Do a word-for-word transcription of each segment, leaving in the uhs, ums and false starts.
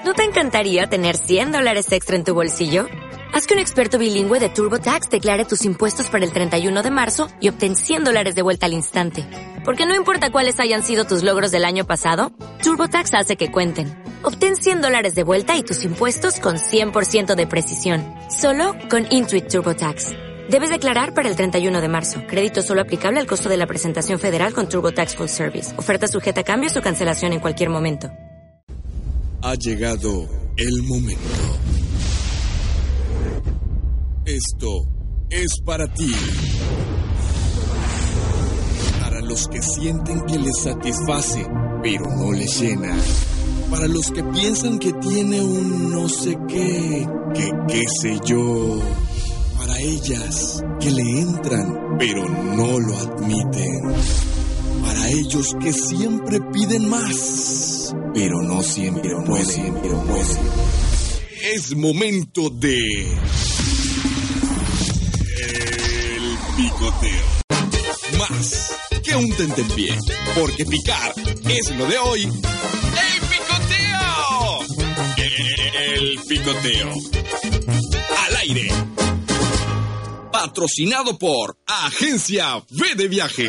¿No te encantaría tener cien dólares extra en tu bolsillo? Haz que un experto bilingüe de TurboTax declare tus impuestos para el treinta y uno de marzo y obtén cien dólares de vuelta al instante. Porque no importa cuáles hayan sido tus logros del año pasado, TurboTax hace que cuenten. Obtén cien dólares de vuelta y tus impuestos con cien por ciento de precisión. Solo con Intuit TurboTax. Debes declarar para el treinta y uno de marzo. Crédito solo aplicable al costo de la presentación federal con TurboTax Full Service. Oferta sujeta a cambios o cancelación en cualquier momento. Ha llegado el momento. Esto es para ti. Para los que sienten que les satisface, pero no les llena. Para los que piensan que tiene un no sé qué, que qué sé yo. Para ellas que le entran, pero no lo admiten. Para ellos que siempre piden más, pero no siempre pero pueden. No siempre pueden. Es momento de... El picoteo. Más que un tentempié, porque picar es lo de hoy. ¡El picoteo! El picoteo. Al aire. Patrocinado por Agencia V de Viaje.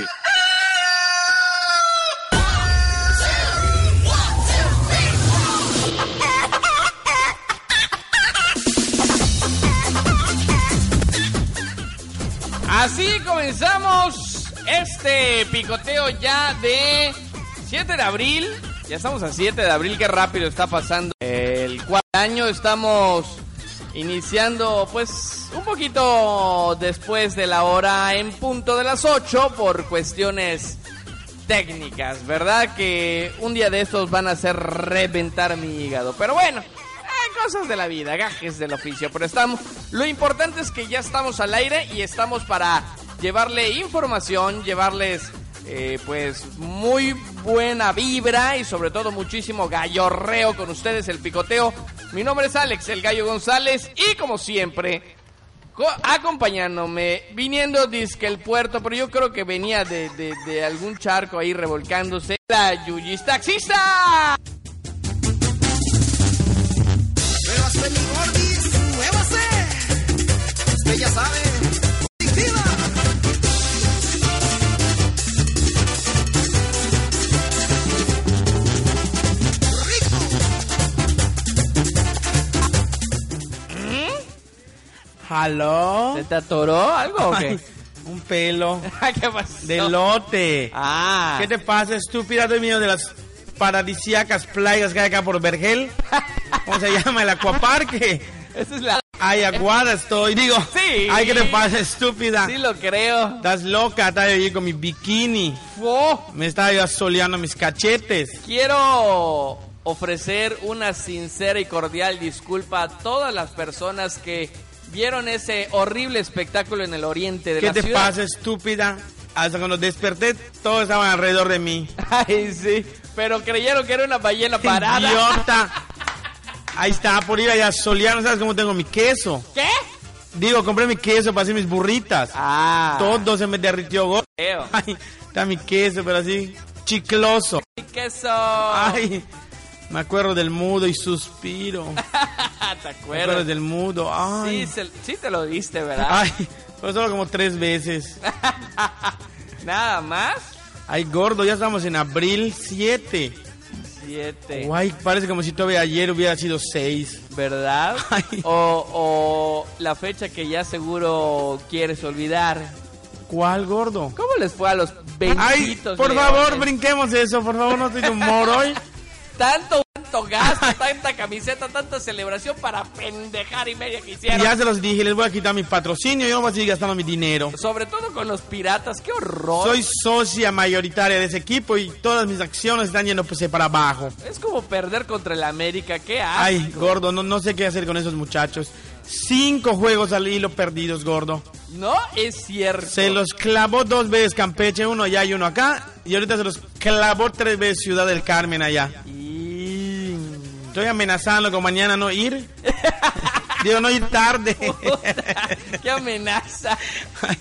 Así comenzamos este picoteo ya de siete de abril. Ya estamos a siete de abril, qué rápido está pasando el cuarto año. Estamos iniciando pues un poquito después de la hora en punto de las ocho por cuestiones técnicas, ¿verdad? Que un día de estos van a hacer reventar mi hígado. Pero bueno, eh, cosas de la vida, gajes del oficio. Pero estamos, lo importante es que ya estamos al aire y estamos para llevarle información, llevarles eh, pues muy buena vibra y sobre todo muchísimo gallorreo con ustedes, el picoteo. Mi nombre es Alex, el Gallo González, y como siempre, co- acompañándome, viniendo disque el puerto, pero yo creo que venía de, de, de algún charco ahí revolcándose, la Yuyis Taxista. Muévase mi gordis, muévase. Usted ya sabe. ¡Viva! ¿Aló? ¿Se te atoró algo o qué? Ay, un pelo. ¿Qué pasó? De lote. Ah. ¿Qué te pasa, estúpida? Dios mío, de las paradisíacas playas que hay acá por Vergel. ¿Cómo se llama? El acuaparque. Esa es la... Ay, aguada estoy. Digo, Sí. ay, ¿qué te pasa, estúpida? Sí lo creo. Estás loca, estaba yo con mi bikini. Oh, Me estaba yo asoleando mis cachetes. quiero ofrecer una sincera y cordial disculpa a todas las personas que vieron ese horrible espectáculo en el oriente de ¿Qué la te ciudad. pasa, estúpida? Hasta cuando desperté, todos estaban alrededor de mí. Ay, sí, pero creyeron que era una ballena parada. ¡Idiota! Ahí está, por ir allá a solear. ¿No sabes cómo tengo mi queso? ¿Qué? Digo, compré mi queso para hacer mis burritas. Ah. Todo se me derritió, gordo. Feo. Ay, está mi queso, pero así, chicloso. ¿Y queso? Ay, me acuerdo del mudo y suspiro. ¿Te Me acuerdo acuerdas? del mudo. Ay, Sí, se- sí te lo diste, ¿verdad? ay, pero solo como tres veces. Nada más. Ay, gordo, ya estamos en abril siete. Siete. Guay, parece como si todavía ayer hubiera sido seis. ¿Verdad? Ay. O, o la fecha que ya seguro quieres olvidar. ¿Cuál, gordo? ¿Cómo les fue a los Ay, benditos por leones? favor, brinquemos eso, por favor, no estoy de humor hoy. Tanto, tanto gasto, tanta camiseta, tanta celebración para pendejar y media que Y hicieron. ya se los dije, les voy a quitar mi patrocinio, yo no voy a seguir gastando mi dinero. Sobre todo con los piratas, qué horror. Soy socia mayoritaria de ese equipo y todas mis acciones están yendo pues, para abajo. Es como perder contra el América, qué asco. Ay, gordo, no, no sé qué hacer con esos muchachos. Cinco juegos al hilo perdidos, gordo. No es cierto. Se los clavó dos veces Campeche, uno allá y uno acá. Y ahorita se los clavó tres veces Ciudad del Carmen allá. Y... Estoy amenazando con mañana no ir. Digo, no ir tarde. Puta, qué amenaza. Ay,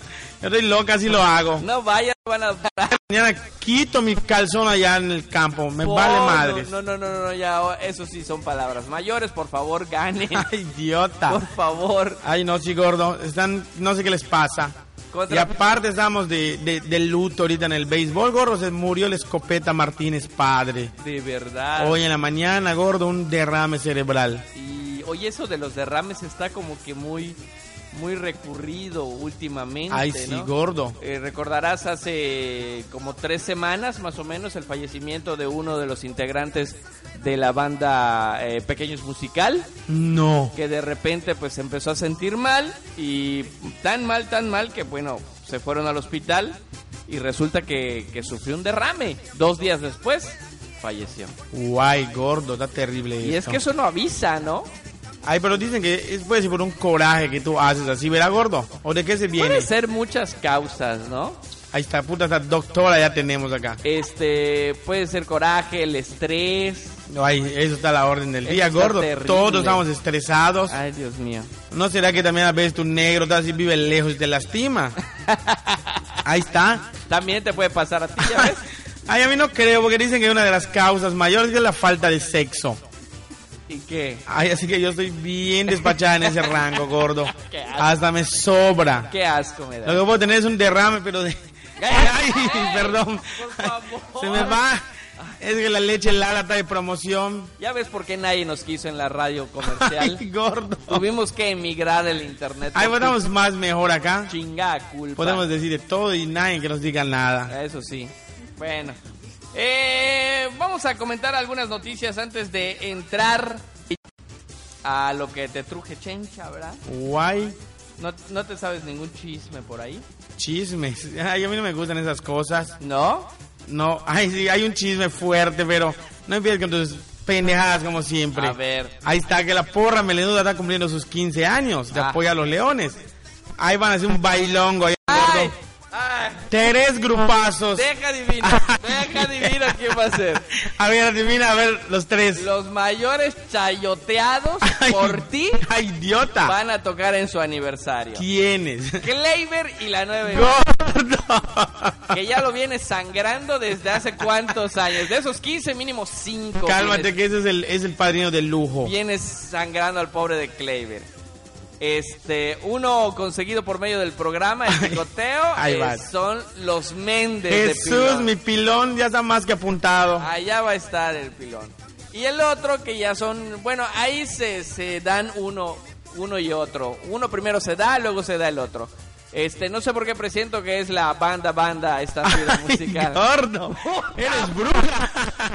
Yo estoy loca, así lo hago. No vayan, van a parar. Mañana quito mi calzón allá en el campo. Me vale madres. No, no, no, no, no, ya, eso sí son palabras mayores. Por favor, ganen. Ay, idiota. Por favor. Ay, no, sí, gordo. Están, no sé qué les pasa. Contra... Y aparte estamos de, de, de luto ahorita en el béisbol, gordo. Se murió el Escopeta Martínez padre. De verdad. Hoy en la mañana, gordo, un derrame cerebral. Y oye, eso de los derrames está como que muy... muy recurrido últimamente. Ay, sí, ¿no? gordo. Eh, recordarás hace como tres semanas más o menos el fallecimiento de uno de los integrantes de la banda eh, Pequeños Musical. No. Que de repente pues se empezó a sentir mal y tan mal, tan mal que bueno, se fueron al hospital y resulta que, que sufrió un derrame. Dos días después falleció. Guay, gordo, está terrible Y esto. es que eso no avisa, ¿no? Ay, pero dicen que es puede ser por un coraje que tú haces así, ¿verdad, gordo? ¿O de qué se viene? Puede ser muchas causas, ¿no? Ahí está, puta, esta doctora ya tenemos acá. Este, puede ser coraje, el estrés. Ay, eso está a la orden del Eso día, está gordo. terrible. Todos estamos estresados. Ay, Dios mío. ¿No será que también a veces tu negro está así, vive lejos y te lastima? Ahí está. También te puede pasar a ti, ¿ya ves? Ay, a mí no creo, porque dicen que una de las causas mayores es la falta de sexo. ¿Y qué? Ay, así que yo estoy bien despachada en ese rango, gordo. Qué asco. Hasta me sobra. Qué asco me da. Lo que puedo tener es un derrame, pero de... Ay, perdón. Por favor. Se me va. Es que la leche Lala está de promoción. ¿Ya ves por qué nadie nos quiso en la radio comercial? Ay, gordo. Tuvimos que emigrar del internet. Ay, por estamos más mejor acá. tu Chinga culpa. Podemos decir de todo y nadie que nos diga nada. Eso sí. Bueno. Eh, vamos a comentar algunas noticias antes de entrar a lo que te truje chencha, ¿verdad? Guay. ¿No, no te sabes ningún chisme por ahí? Chismes. Ay, a mí no me gustan esas cosas. ¿No? No, ay, sí, hay un chisme fuerte, pero no empieces con tus pendejadas como siempre. A ver. Ahí está, que la porra melenuda está cumpliendo sus quince años de Ah. apoyo a los leones. Ahí van a hacer un bailongo. Ahí, ¡Ay! gordo. ¡Ay! Tres grupazos. Deja adivino, deja adivino quién va a ser. A ver, adivina, a ver, los tres. Los mayores chayoteados Ay, por ti ¡Ay, idiota! van a tocar en su aniversario. ¿Quiénes? Kleiber y la nueve ¡Gordo! que ya lo viene sangrando desde hace cuántos años. De esos quince, mínimo cinco. Cálmate, que ese es el, es el padrino de lujo. Vienes sangrando al pobre de Kleiber. Este, uno conseguido por medio del programa, el picoteo, Ahí eh, vas. son los Méndez de Jesús, Pilón. mi pilón ya está más que apuntado. Allá va a estar el pilón. Y el otro que ya son, bueno, ahí se, se dan uno, uno y otro. Uno primero se da, luego se da el otro. Este, no sé por qué presiento que es la banda, banda, esta ciudad Ay, musical. gordo, eres bruja.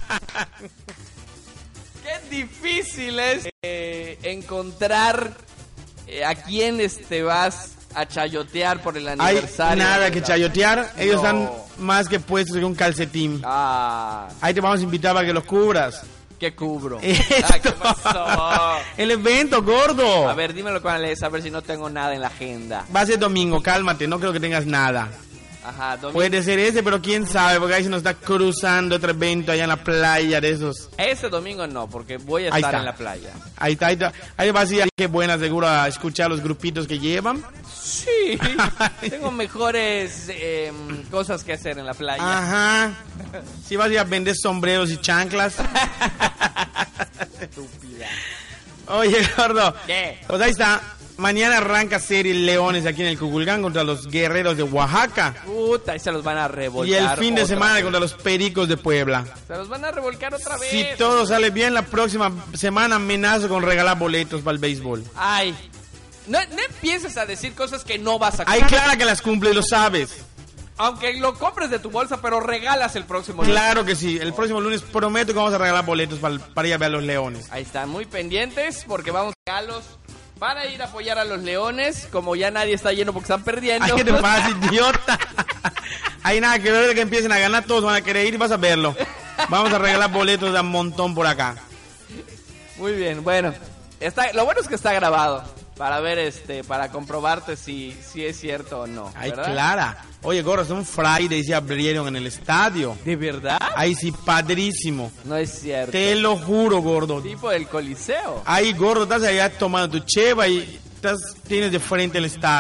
Qué difícil es eh, encontrar eh, a quiénes te vas a chayotear por el Hay aniversario. nada de que la- chayotear. Ellos No. están más que puestos en un calcetín. Ah, Ahí te vamos a invitar para que los cubras. ¿qué cubro? Esto. Ah, ¿qué pasó? El evento, gordo. A ver, dímelo cuál es, a ver si no tengo nada en la agenda. Va a ser domingo, cálmate, no creo que tengas nada. Ajá, domingo. Puede ser ese, pero quién sabe, porque ahí se nos está cruzando otro evento allá en la playa de esos. Ese domingo no, porque voy a Ahí estar está. en la playa. Ahí está, ahí está. Ahí vas a ir, qué buena, seguro, a escuchar los grupitos que llevan. Sí, tengo mejores eh, cosas que hacer en la playa. Ajá. Si vas a ir a vender sombreros y chanclas. Estúpida. Oye, gordo. ¿Qué? Pues ahí está. Mañana arranca serie Leones aquí en el Cuculcán contra los Guerreros de Oaxaca. Puta, y se los van a revolcar. Y el fin de otra semana vez. contra los Pericos de Puebla. Se los van a revolcar otra vez. Si todo sale bien, la próxima semana amenazo con regalar boletos para el béisbol. Ay, no, no empieces a decir cosas que no vas a Ay, comprar. claro que las cumple y lo sabes. Aunque lo compres de tu bolsa, pero regalas el próximo lunes. Claro que sí. El próximo lunes prometo que vamos a regalar boletos para, para ir a ver a los Leones. Ahí están, muy pendientes porque vamos a regalos para ir a apoyar a los Leones. Como ya nadie está lleno porque están perdiendo. Ay, ¿qué te pasa, idiota? Hay nada que ver de que empiecen a ganar, todos van a querer ir y vas a verlo. Vamos a regalar boletos de un montón por acá. Muy bien, bueno. Está, lo bueno es que está grabado. Para ver, este, para comprobarte si, si es cierto o no. Ay, ¿verdad? Clara. Oye, gorro, son Friday se abrieron en el estadio. ¿De verdad? Ay, sí, padrísimo. No es cierto. Te lo juro, gordo. Tipo del Coliseo. Ay, gordo, estás allá tomando tu cheva y estás, tienes de frente el estadio.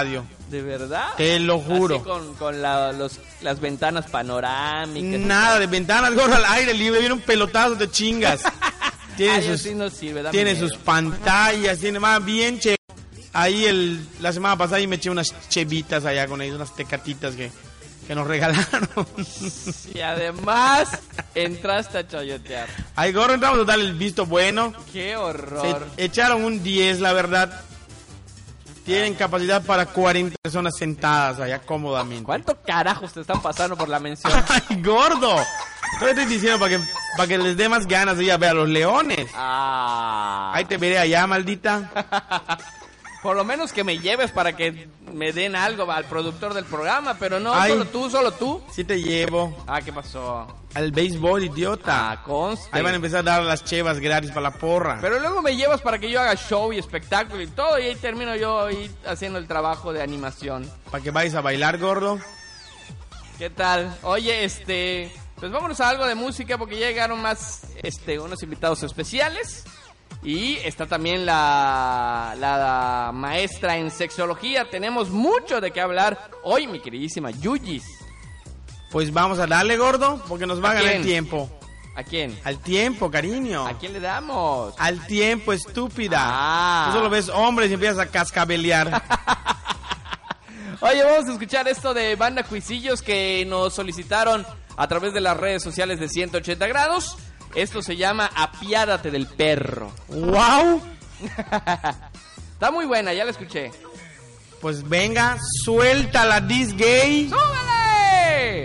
¿De verdad? Te lo juro. Así con, con la, los, las ventanas panorámicas. Nada de ventanas, gordo, al aire libre. Viene un pelotazo, te chingas. Tiene Ay, sus, así no sirve, dame tiene miedo. sus pantallas, tiene más bien che. Ahí el, la semana pasada y me eché unas chevitas allá con ellos, unas tecatitas que, que nos regalaron. Y además entraste a chayotear. Ahí, gordo, entramos a darle el visto bueno. ¡Qué horror! Se echaron un diez, la verdad. Tienen capacidad para cuarenta personas sentadas allá cómodamente. ¿Cuánto carajos te están pasando por la mención? ¡Ay, gordo! Te estoy diciendo para que, para que les dé más ganas de ir a ver a los leones. Ah. Ahí te veré allá, maldita. Por lo menos que me lleves para que me den algo al productor del programa, pero no, Ay. solo tú, solo tú. Sí te llevo Ah, ¿qué pasó? al béisbol, idiota. Ah, conste. Ahí van a empezar a dar las chevas gratis para la porra. Pero luego me llevas para que yo haga show y espectáculo y todo, y ahí termino yo ahí haciendo el trabajo de animación. Para que vayas a bailar, gordo. ¿Qué tal? Oye, este, pues vámonos a algo de música porque ya llegaron más, este, unos invitados especiales. Y está también la, la maestra en sexología. Tenemos mucho de qué hablar hoy, mi queridísima Yuyis. Pues vamos a darle, gordo, porque nos va a ¿A ganar quién? el tiempo. ¿A quién? Al tiempo, cariño. ¿A quién le damos? Al tiempo, estúpida. Ah. Tú solo ves hombres y empiezas a cascabelear. Oye, vamos a escuchar esto de Banda Cuisillos que nos solicitaron a través de las redes sociales de ciento ochenta grados. Esto se llama Apiádate del Perro. ¡Wow! Está muy buena, ya la escuché. Pues venga, suelta la dis gay. ¡Súbele!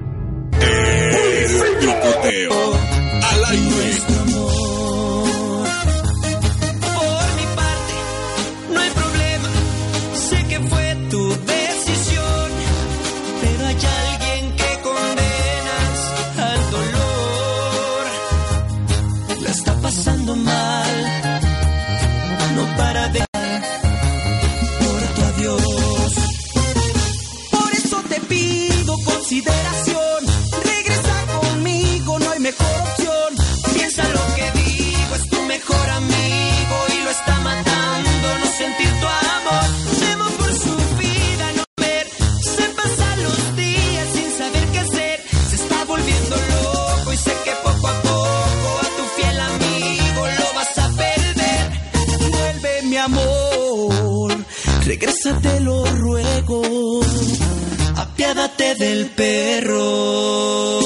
El picoteo al aire. Por mi parte, no hay problema. Sé que fue tu decisión, pero hay alguien que condenas al dolor. La está pasando mal, no para de por tu adiós. Por eso te pido consideración. Regresa conmigo, no hay mejor opción. Piensa lo que digo, es tu mejor amigo y lo está matando no sentir tu amor. Temo por su vida no ver. Se pasan los días sin saber qué hacer. Se está volviendo loco y sé que poco a poco a tu fiel amigo lo vas a perder. Vuelve mi amor, regresa te lo ruego. Apiádate del perro.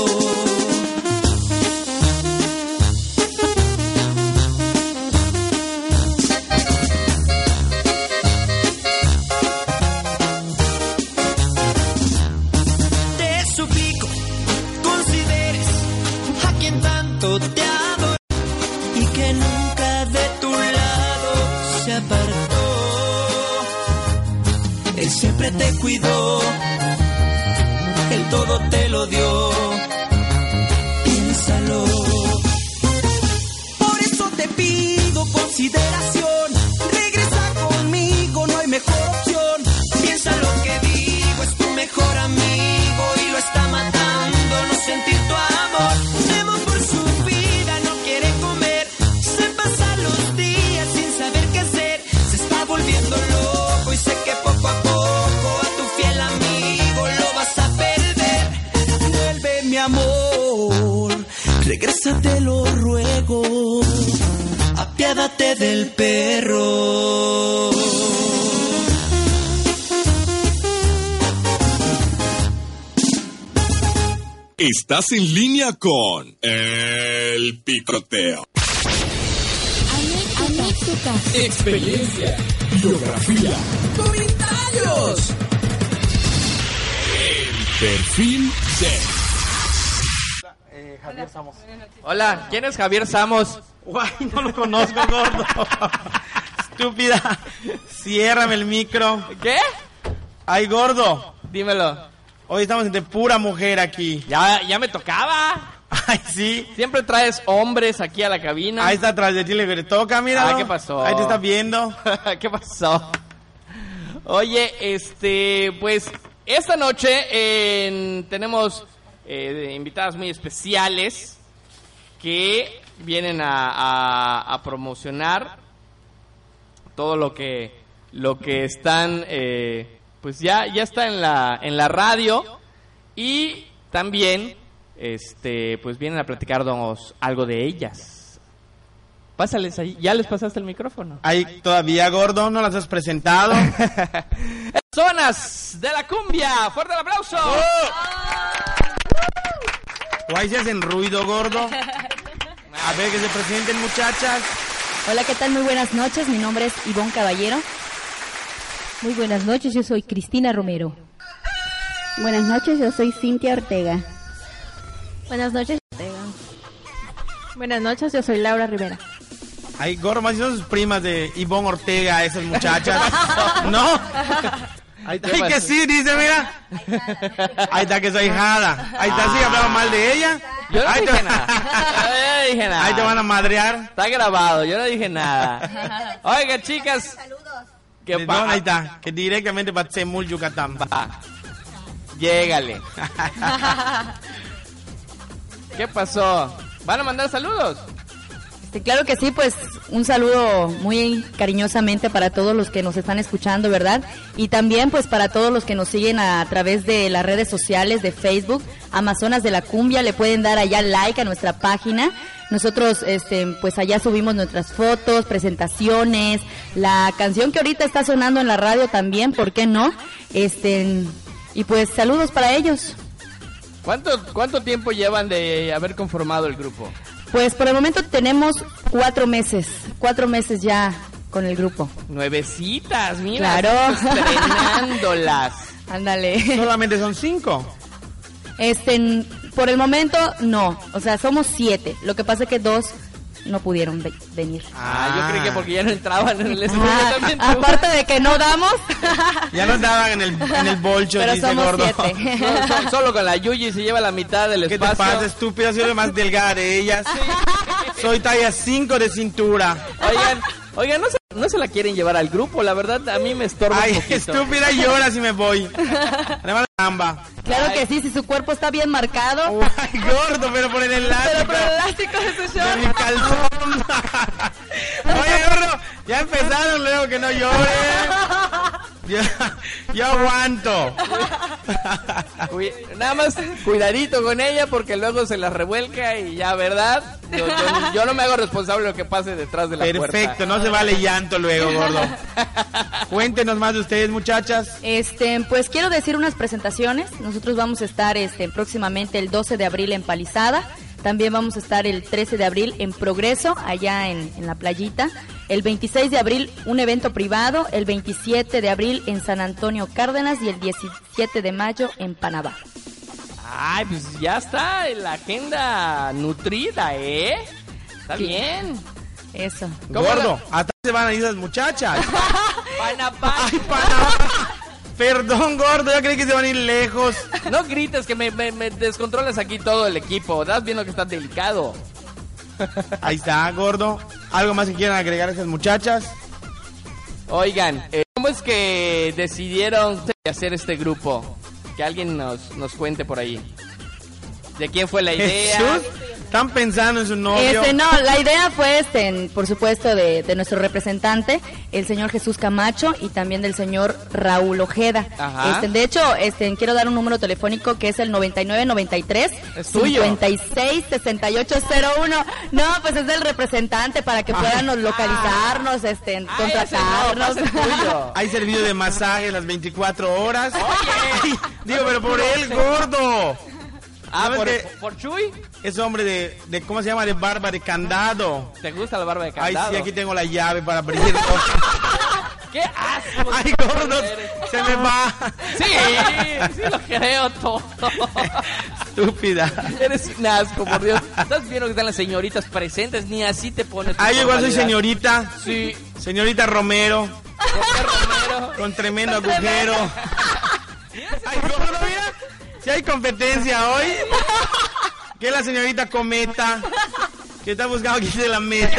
Te suplico, consideres a quien tanto te adora y que nunca de tu lado se apartó. Él siempre te cuidó, él todo te lo dio. Piénsalo. Por eso te pido consideración. Regresa conmigo, no hay mejor opción. Piensa lo que digo, es tu mejor amigo y lo está matando no sentir tu amor. Temo por su vida, no quiere comer. Se pasan los días sin saber qué hacer. Se está volviendo loco y sé que poco a poco a tu fiel amigo lo vas a perder. Vuelve mi amor, regresa te lo ruego. Apiádate del perro. Estás en línea con El Picoteo. Anécdotas, Experiencia, geografía, comentarios. El perfil de Javier Samos. Hola, ¿quién es Javier Samos? Guay, no lo conozco, gordo. Estúpida. Ciérrame el micro. ¿Qué? Ay, gordo. Dímelo. Hoy estamos entre pura mujer aquí. Ya, ya me tocaba. Ay, sí. Siempre traes hombres aquí a la cabina. Ahí está atrás de ti, le toca, mira. Ah, ¿qué pasó? Ahí te estás viendo. ¿Qué pasó? Oye, este, pues, esta noche en- tenemos eh, invitadas muy especiales que vienen a, a- a promocionar todo lo que, lo que están eh, pues ya, ya está en la, en la radio. Y también, este, pues vienen a platicarnos algo de ellas. Pásales ahí, ya les pasaste el micrófono. Ahí todavía, gordo, no las has presentado. Zonas de la cumbia, fuerte el aplauso. ¡Oh! O ahí se hacen ruido, gordo. A ver que se presenten, muchachas. Hola, ¿qué tal? Muy buenas noches, mi nombre es Ivonne Caballero. Muy buenas noches, yo soy Cristina Romero. Buenas noches, yo soy Cintia Ortega. Buenas noches, Ortega. Buenas noches, yo soy Laura Rivera. Ay, gordo, más si son sus primas de Ivonne Ortega, esas muchachas. ¿No? Ahí está. Ay, que sí, dice, mira. Ahí está, que soy hijada. Ahí está, sí, hablaba mal de ella. Yo no ahí dije te... nada. Yo no dije nada. Ahí te van a madrear. Está grabado, yo no dije nada. Oiga, chicas. Saludos. ¿Qué pa- no, ahí está, que directamente para Tzemul, Yucatán. Va. Llégale. ¿Qué pasó? ¿Van a mandar saludos? Este, claro que sí, pues un saludo muy cariñosamente para todos los que nos están escuchando, ¿verdad? Y también pues para todos los que nos siguen a, a través de las redes sociales de Facebook, Amazonas de la Cumbia, le pueden dar allá like a nuestra página. Nosotros este pues allá subimos nuestras fotos, presentaciones, la canción que ahorita está sonando en la radio también, ¿por qué no? Este y pues saludos para ellos. ¿Cuánto cuánto tiempo llevan de haber conformado el grupo? Pues por el momento tenemos cuatro meses, cuatro meses ya con el grupo. Nuevecitas, mira. Claro. Estrenándolas. Ándale. Solamente son cinco. Este, por el momento no, o sea, somos siete. Lo que pasa es que dos no pudieron ve- venir. Ah, yo creí que porque ya no entraban en el estudio Ah, también. aparte de que no damos. Ya no andaban en el, en el bolcho, Pero dice somos gordo. siete. No, so- solo con la Yuyi se lleva la mitad del ¿Qué espacio. te pasa, estúpida? Soy la más delgada de ellas. Soy talla cinco de cintura. Oigan, oigan, ¿no se, no se la quieren llevar al grupo? La verdad, a mí me estorba Ay, un poquito. estúpida, llora si me voy. Además, la gamba. Claro Ay. que sí, si su cuerpo está bien marcado. Ay, gordo, pero por el elástico. Pero por el elástico de su De short. mi calzón. Oye, gordo, ya empezaron luego que no llore. Yo, yo aguanto. Cuy- nada más cuidadito con ella porque luego se la revuelca y ya, ¿verdad? Yo, yo- yo no me hago responsable de lo que pase detrás de la puerta. Perfecto, no se vale llanto luego, gordo. Cuéntenos más de ustedes, muchachas. Este, pues quiero decir unas presentaciones. Nosotros vamos a estar este próximamente el doce de abril en Palizada. También vamos a estar el trece de abril en Progreso, allá en, en la playita. El veintiséis de abril un evento privado. El veintisiete de abril en San Antonio Cárdenas y el diecisiete de mayo en Panamá. Ay, pues ya está la agenda nutrida, ¿eh? Está Sí. bien. Eso. ¿Cómo Gordo, hasta se van a ir esas muchachas. Panapá. Ay, Panamá. Perdón, gordo, yo creí que se van a ir lejos. No grites que me, me, me descontrolas aquí todo el equipo. Das viendo que está delicado. Ahí está, gordo. ¿Algo más que quieran agregar a esas muchachas? Oigan, eh, ¿cómo es que decidieron hacer este grupo? Que alguien nos, nos cuente por ahí. ¿De quién fue la idea? Jesús, están pensando en su novio. Este, no, la idea fue, este, en- por supuesto, de, de nuestro representante, el señor Jesús Camacho, y también del señor Raúl Ojeda. Ajá. Este, de hecho, este, quiero dar un número telefónico que es el noventa y nueve noventa y tres Es tuyo. cincuenta y seis sesenta y ocho cero uno. No, pues es del representante para que puedan nos localizarnos, este, Ah, ese no, contratarnos. pasa el tuyo. Hay servicio de masaje las veinticuatro horas. Oye. Ay, digo, pero por él, gordo. Ah, ¿Sabes ¿por, qué? por Chuy? Es hombre de, de, ¿cómo se llama? De barba de candado. ¿Te gusta la barba de Ay, candado? sí, aquí tengo la llave para abrirlo. ¡Qué asco! Ay, gordo, se me va. Sí, sí lo creo todo. Estúpida. Eres un asco, por Dios. ¿Estás viendo que están las señoritas presentes? Ni así te pones. Ay, yo igual soy señorita. Sí. Señorita Romero. José Romero. Con tremendo agujero. Ay, gordo, mira. Si hay competencia hoy. Que la señorita Cometa. Que está buscando que se la meta.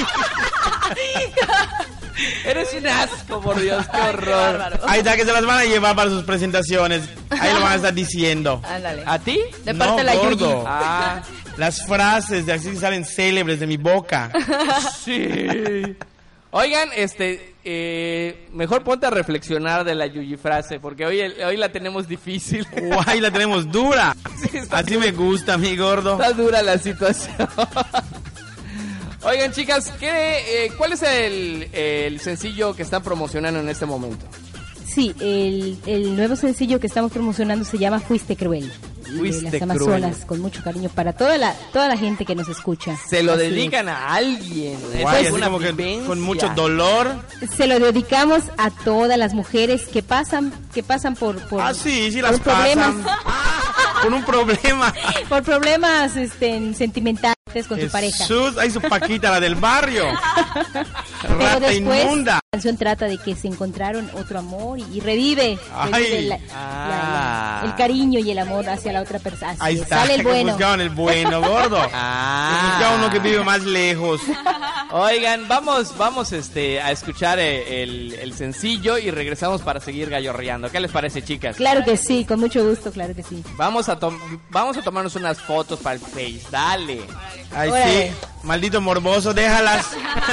Eres un asco, por Dios, qué horror. Ahí está, que se las van a llevar para sus presentaciones. Ahí lo van a estar diciendo. Ándale. ¿A ti? De No, parte de la gordo. Yuyi. Ah, Las frases de así salen célebres de mi boca. sí. Oigan, este, eh, mejor ponte a reflexionar de la Yuyi frase, porque hoy, hoy la tenemos difícil. Guay, la tenemos dura. Sí, así me gusta, mi gordo. Está dura la situación. Oigan, chicas, ¿qué, eh, ¿cuál es el, el sencillo que están promocionando en este momento? Sí, el, el nuevo sencillo que estamos promocionando se llama Fuiste Cruel. Fuiste de las Amazonas, Cruel. con mucho cariño para toda la toda la gente que nos escucha. Se lo Así dedican es. a alguien. Guay, Es así una como que vivencia. con mucho dolor. Se lo dedicamos a todas las mujeres que pasan que pasan por por, Ah, sí, sí por las problemas pasan. Con un problema. por problemas este, sentimentales con su pareja. Jesús, ahí su Paquita, la del barrio. Pero Rata después inmunda. la canción trata de que se encontraron otro amor y, y revive, revive Ay. la- Ah. la- la- el cariño y el amor hacia la otra persona. Así Ahí es, está. sale el que bueno. buscaban el bueno, gordo. Ah. Que buscaban uno que vive más lejos. Oigan, vamos, vamos este, a escuchar eh, el, el sencillo y regresamos para seguir gallorreando. ¿Qué les parece, chicas? Claro que sí, con mucho gusto, claro que sí. Vamos a, tom- vamos a tomarnos unas fotos para el Face. Dale. Ay, Órale. sí. Maldito morboso, déjalas.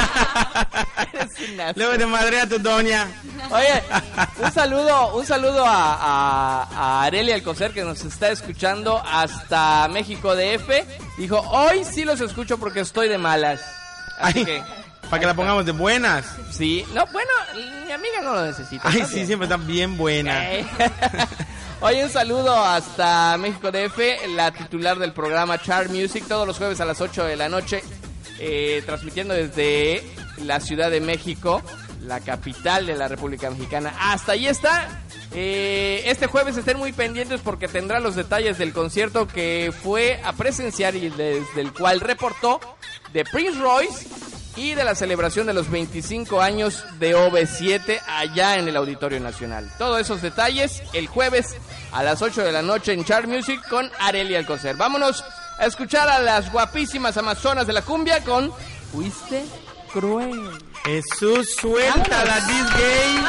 Luego te madre a tu doña. Oye, un saludo, un saludo a, a, a Arelia Alcocer que nos está escuchando hasta México D F. Dijo, hoy sí los escucho porque estoy de malas. Así Ay, que, para que la pongamos de buenas. sí. No, bueno, mi amiga no lo necesita. Ay, está sí, bien. siempre está bien buena. Eh. Oye, un saludo hasta México D F, la titular del programa Chart Music, todos los jueves a las ocho de la noche, eh, transmitiendo desde la Ciudad de México, la capital de la República Mexicana. Hasta ahí está. Eh, este jueves estén muy pendientes porque tendrá los detalles del concierto que fue a presenciar y desde el cual reportó de Prince Royce y de la celebración de los veinticinco años de O V siete allá en el Auditorio Nacional. Todos esos detalles el jueves a las ocho de la noche en Chart Music con Arelia Alcocer. Vámonos a escuchar a las guapísimas amazonas de la cumbia con Fuiste Cruel. Jesús, suéltala, this game.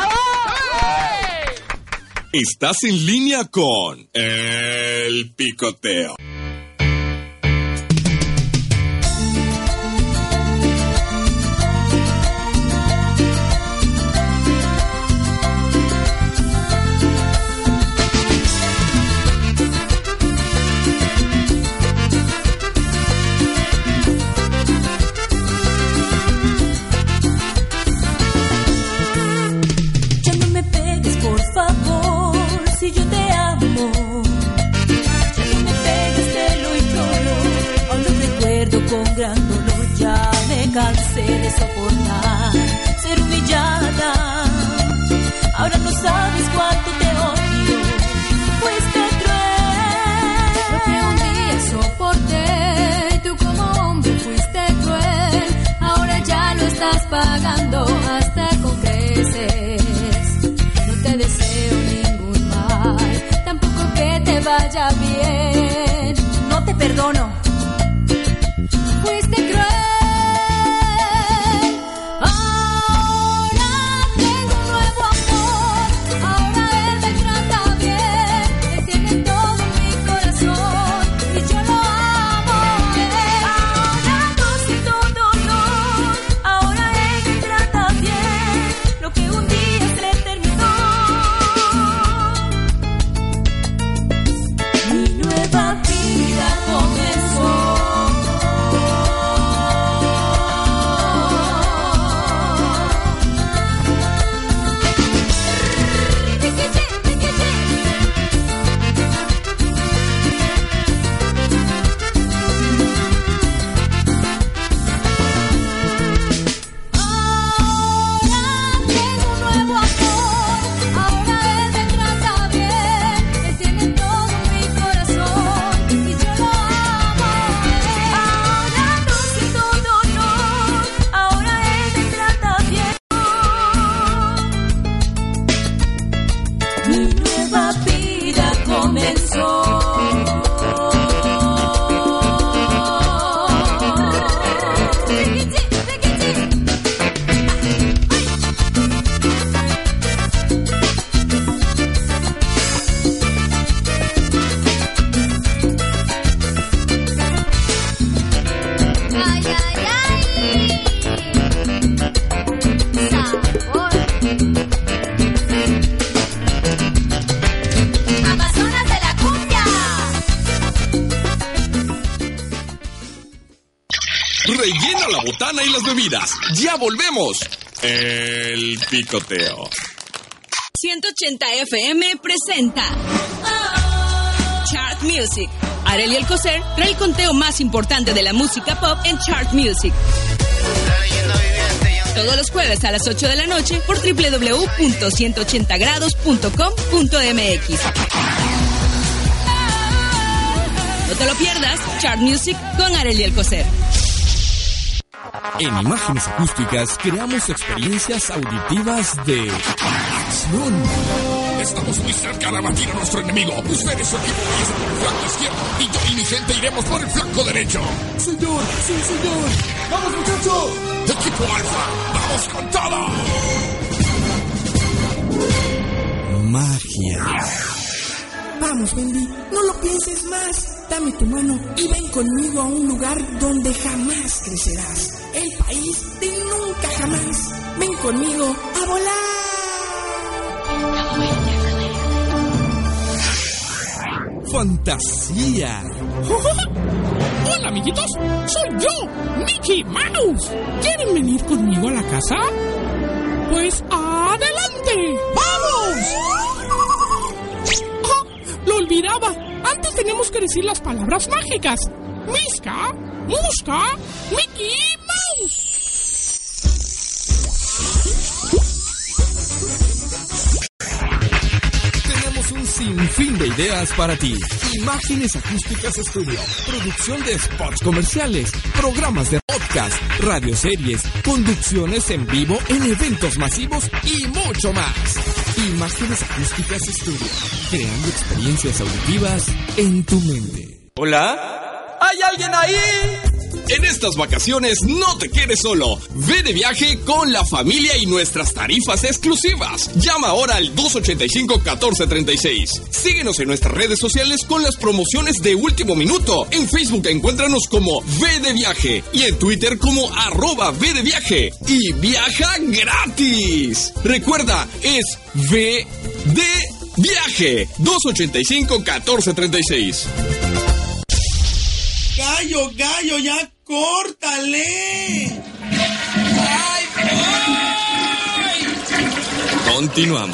Estás en línea con El Picoteo. Ya no me pegues, por favor, si yo te amo. Ya no me pegues, te lo imploro. Aún lo recuerdo con gran dolor. Ya me cansé de soportar ser humillada. Ahora no sabes cuánto te odio. Fuiste cruel. Lo que un día soporté, y tú como hombre fuiste cruel. Ahora ya lo estás pagando hasta con creces. No te deseo ningún mal, tampoco que te vaya bien. No te perdono. Fuiste cruel. Ahora tengo un nuevo amor. Ahora él me trata bien. Él tiene todo mi corazón y yo lo amo a él. Ahora no siento dolor. Ahora él me trata bien. y las bebidas. Ya volvemos. El picoteo. ciento ochenta F M presenta Chart Music. Arely Alcocer trae el conteo más importante de la música pop en Chart Music. Todos los jueves a las ocho de la noche por doble u doble u doble u punto ciento ochenta grados punto com punto m x. No te lo pierdas, Chart Music con Arely Alcocer. En Imágenes Acústicas creamos experiencias auditivas de acción. Estamos muy cerca de abatir a nuestro enemigo. Usted y su equipo empiezan por el flanco izquierdo y yo y mi gente iremos por el flanco derecho. Señor, sí, señor. ¡Vamos, muchachos! Equipo Alfa, ¡vamos con todo! Magia. Vamos, Bendy, no lo pienses más. Dame tu mano y ven conmigo a un lugar donde jamás crecerás. El país de nunca jamás. Ven conmigo a volar. Fantasía. Hola, amiguitos. Soy yo, Mickey Mouse. ¿Quieren venir conmigo a la casa? Pues adelante. ¡Vamos! Oh, lo olvidaba. Antes tenemos que decir las palabras mágicas. Misca, Musca, Mickey Mouse. Tenemos un sinfín de ideas para ti. Imágenes Acústicas Estudio, producción de spots comerciales, programas de podcast, radioseries, conducciones en vivo en eventos masivos y mucho más. Imágenes Acústicas Estudio, creando experiencias auditivas en tu mente. ¿Hola? ¿Hay alguien ahí? En estas vacaciones no te quedes solo. Ve de viaje con la familia y nuestras tarifas exclusivas. Llama ahora al dos ochenta y cinco, catorce treinta y seis. Síguenos en nuestras redes sociales con las promociones de último minuto. En Facebook encuéntranos como Ve de Viaje y en Twitter como arroba Ve de Viaje. Y viaja gratis. Recuerda, es Ve de Viaje. dos ochenta y cinco, catorce treinta y seis. Gallo, gallo, ya córtale. ¡Ay, ay! Continuamos.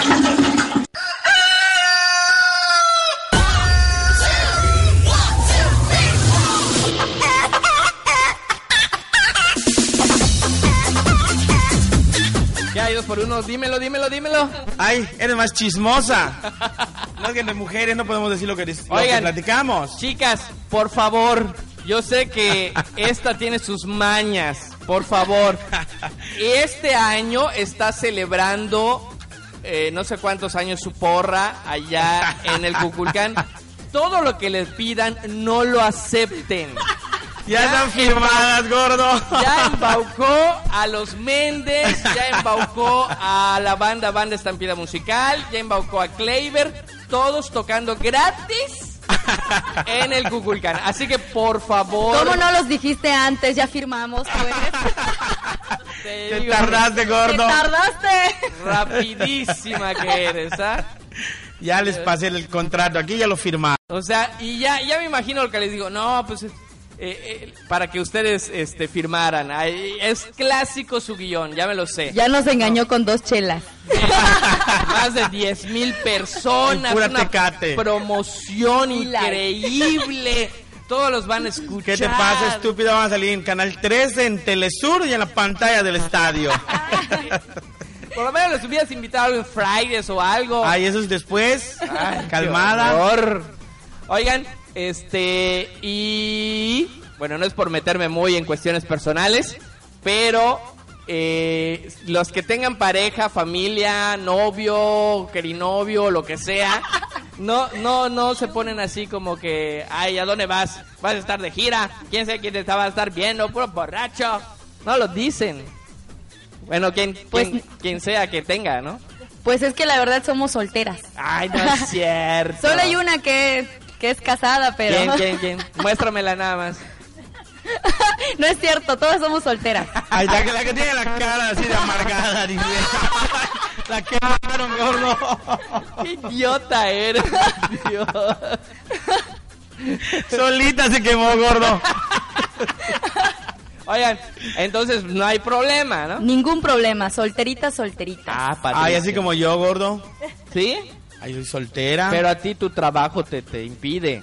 Ya hay dos por uno, dímelo, dímelo, dímelo. Ay, eres más chismosa. No es que entre mujeres no podemos decir lo que, lo Oigan, que platicamos. Chicas, por favor, yo sé que esta tiene sus mañas. Por favor, este año está celebrando eh, no sé cuántos años su porra allá en el Cuculcán. Todo lo que les pidan, no lo acepten. Ya, ya están firmadas, gordo. Ya embaucó a los Méndez, ya embaucó a la banda Banda Estampida Musical, ya embaucó a Kleiber, todos tocando gratis en el Cuculcán. Así que, por favor... ¿Cómo no los dijiste antes? Ya firmamos, pues. Te, Te tardaste, gordo. Te tardaste. Rapidísima que eres, ¿ah? Ya les pasé el contrato, aquí ya lo firmaron. O sea, y ya, ya me imagino lo que les digo. No, pues... Eh, eh, para que ustedes este, firmaran. Ay, es clásico su guión, ya me lo sé. Ya nos engañó no. con dos chelas. Eh, más de diez mil personas. Pura una tecate. Promoción increíble. Todos los van a escuchar. ¿Qué te pasa, estúpido? Van a salir en Canal trece, en Telesur y en la pantalla del estadio. Por lo menos les hubieras invitado en Fridays o algo. Ay, eso es después. Ay, calmada. Oigan, este, y bueno, no es por meterme muy en cuestiones personales, pero eh, los que tengan pareja, familia, novio, querinovio, lo que sea, no, no, no se ponen así como que, ay, ¿a dónde vas? ¿Vas a estar de gira? ¿Quién sabe quién te va a estar viendo? Puro borracho. No lo dicen. Bueno, quien, pues, quien, quien sea que tenga, ¿no? Pues es que la verdad somos solteras. Ay, no es cierto. Solo hay una que, que es casada, pero... ¿Quién, quién, quién? Muéstramela nada más. No es cierto, todas somos solteras. Ay, la que, la que tiene la cara así de amargada, dice. La quemaron, gordo. Qué idiota eres, Dios. Solita se quemó, gordo. Oigan, entonces no hay problema, ¿no? Ningún problema, solterita, solterita. Ah, Patricia. Ay, así como yo, gordo. ¿Sí? Ay, soy soltera. Pero a ti tu trabajo te, te impide.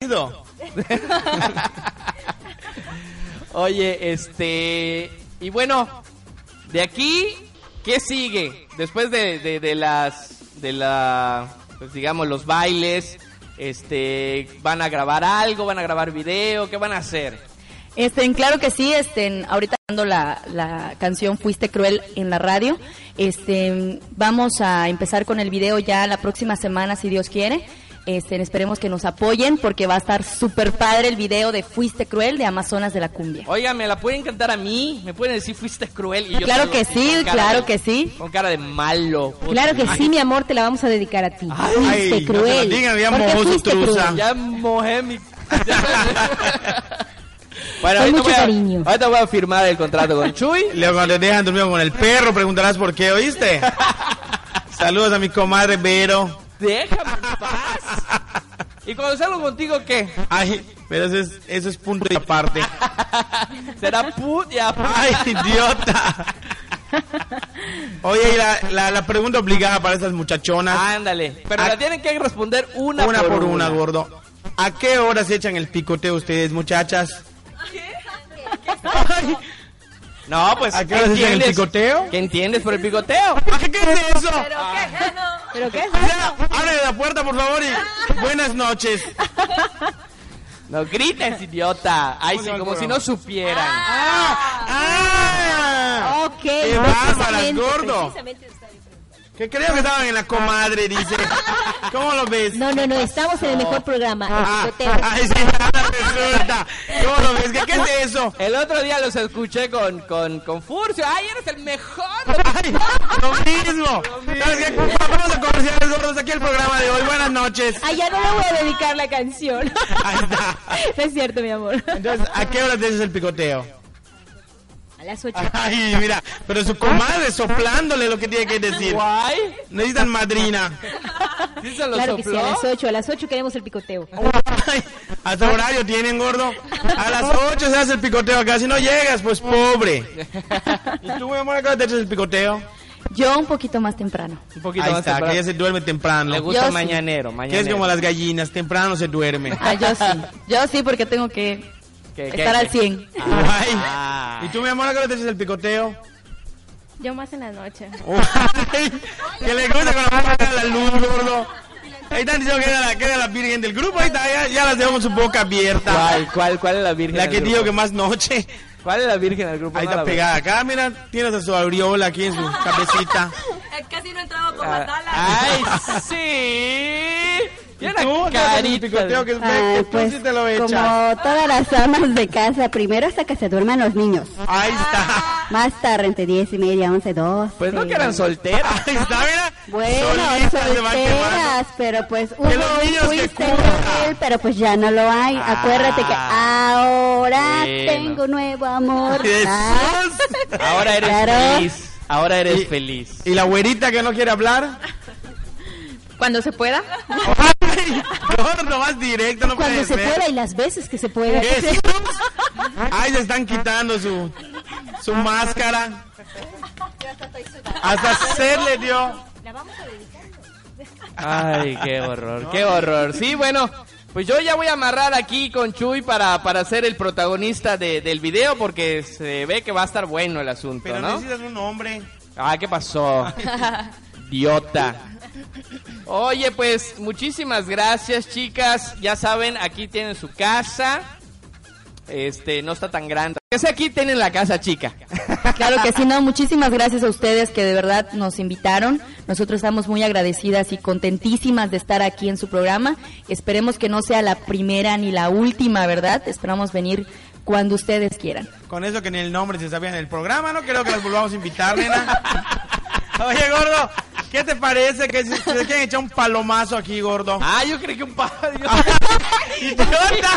Oye, este... Y bueno, de aquí, ¿qué sigue? Después de, de, de las... De la... Pues digamos, los bailes... Este... ¿Van a grabar algo? ¿Van a grabar video? ¿Qué van a hacer? Este, claro que sí, este, ahorita dando la, la canción Fuiste Cruel en la radio, este, vamos a empezar con el video ya la próxima semana si Dios quiere, este, esperemos que nos apoyen porque va a estar súper padre el video de Fuiste Cruel de Amazonas de la Cumbia. Oiga, ¿me la pueden cantar a mí? ¿Me pueden decir Fuiste Cruel? Y yo claro que sí, claro de, que sí. Con cara de malo. Claro que sí, mi amor, te la vamos a dedicar a ti. Ay, Fuiste ay, cruel. No digan, ya mojó su truza. Ya mojé mi... Bueno, con ahorita mucho voy, a, cariño. ahorita voy a firmar el contrato con Chuy. Luego cuando te dejan dormido con el perro, preguntarás por qué, ¿oíste? Saludos a mi comadre Vero. Déjame en paz. ¿Y cuando salgo contigo qué? Ay, pero eso es, eso es punto y aparte. Será put y aparte. Ay, idiota. Oye, y la, la, la pregunta obligada para estas muchachonas. Ándale, pero a, la tienen que responder una, una por, por una, una, gordo. ¿A qué hora se echan el picoteo ustedes, muchachas? ¿Qué? Ay. No, pues, ¿a qué hora se echan el picoteo? ¿Qué entiendes por el picoteo? ¿Qué, qué es eso? ¿Pero qué? No. ¿Pero qué es eso? Abre la puerta, por favor, y buenas noches. No grites, idiota. Ay, sí, como si no supieran. ¡Ah! ¡Ah! Ok. ¡Qué bárbaras, gordo! Precisamente Que creo que estaban en la comadre, dice. ¿Cómo lo ves? No, no, no, estamos en el mejor programa. Ah, el picoteo. ay, sí, resulta. ¿Cómo lo ves? ¿Qué, ¿Qué es eso? El otro día los escuché con, con, con Furcio. ¡Ay, eres el mejor! Ay, lo mismo. ¿Sabes qué? Vamos a comerciales, gordos, aquí el programa de hoy. Buenas noches. Ay, ya no le voy a dedicar la canción. Ahí está. No es cierto, mi amor. Entonces, ¿a qué hora te haces el picoteo? A las ocho. Ay, mira, pero su comadre soplándole lo que tiene que decir. Guay. Necesitan madrina. ¿Sí se lo Claro sopló? que sí, a las ocho. A las ocho queremos el picoteo. Ay, ¿hasta horario tienen, gordo? A las ocho se hace el picoteo acá. Si no llegas, pues pobre. ¿Y tú, mi amor, a qué hora te echas el picoteo? Yo un poquito más temprano. Un poquito Ahí más está, temprano. que ella se duerme temprano. Le gusta Yo sí. mañanero, mañanero. Que es como las gallinas, temprano se duerme. Ah, yo sí, yo sí porque tengo que ¿Qué, qué, estar qué? al cien. Ay. Ah. ¿Y tú, mi amor, a qué hora te echas el picoteo? Yo más en la noche. Ay, que le gusta con la boca de la luz, gordo. Ahí están diciendo que era, la, que era la virgen del grupo. Ahí está, ya, ya las dejamos su boca abierta. ¿Cuál, cuál, cuál es la virgen La del que grupo? dijo que más noche. ¿Cuál es la virgen del grupo? Ahí No está la veo. pegada acá, mira, tienes a su aureola aquí en su cabecita. Casi no entraba por Ah, la sala. Ay, sí. Tiene ¿Tú? una ¿Te haces el carita. picoteo que, Ah, que tú pues, sí te lo echas? como todas las amas de casa, primero hasta que se duerman los niños. Ahí está. Más tarde, entre diez y media, once, doce. Pues no que eran solteras. Ahí está, mira. Bueno, Solitas se van quemando. solteras, pero pues uno Que los niños que fuiste curran. con él, pero pues ya no lo hay. Ah. Acuérdate que ahora Bueno. tengo nuevo amor. Jesús. ¿Ah? Ahora eres Claro. feliz. Ahora eres Y- feliz. ¿Y la güerita que no quiere hablar? Cuando se pueda. Ay, gordo, más directo, no Cuando puede se ser. pueda y las veces que se pueda. Jesús. Ay, se están quitando su, su máscara. Hasta sed le dio. Ay, qué horror, qué horror. Sí, bueno, pues yo ya voy a amarrar aquí con Chuy para, para ser el protagonista de, del video porque se ve que va a estar bueno el asunto, Pero ¿no? necesitas un hombre. Ah, ¿qué pasó? Idiota. Oye, pues muchísimas gracias, chicas. Ya saben, aquí tienen su casa. Este, no está tan grande. Que sea, aquí tienen la casa chica. Claro que sí, no, muchísimas gracias a ustedes que de verdad nos invitaron. Nosotros estamos muy agradecidas y contentísimas de estar aquí en su programa. Esperemos que no sea la primera ni la última, ¿verdad? Esperamos venir cuando ustedes quieran. Con eso que ni el nombre se sabía en el programa, no creo que las volvamos a invitar, nena. Oye, gordo, ¿qué te parece que se, se quieren echar un palomazo aquí, gordo? Ah, yo creí que un padre. ¡Idiota!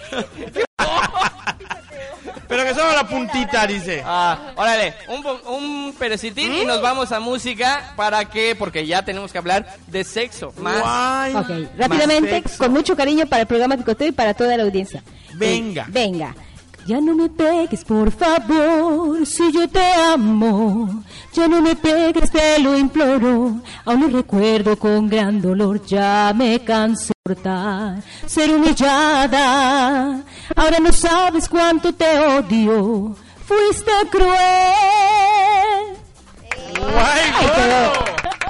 Pero que solo la puntita, dice. Ah, órale, un, po- un perecitín y nos vamos a música para que, porque ya tenemos que hablar de sexo. Más. Guay. Ok, rápidamente, Más sexo. con mucho cariño para el programa Picoteo y para toda la audiencia. Venga. Eh, venga. Ya no me pegues, por favor, si yo te amo. Ya no me pegues, te lo imploro. Aún lo recuerdo con gran dolor. Ya me cansé de soportar ser humillada. Ahora no sabes cuánto te odio. Fuiste cruel. ¡Guay, gordo!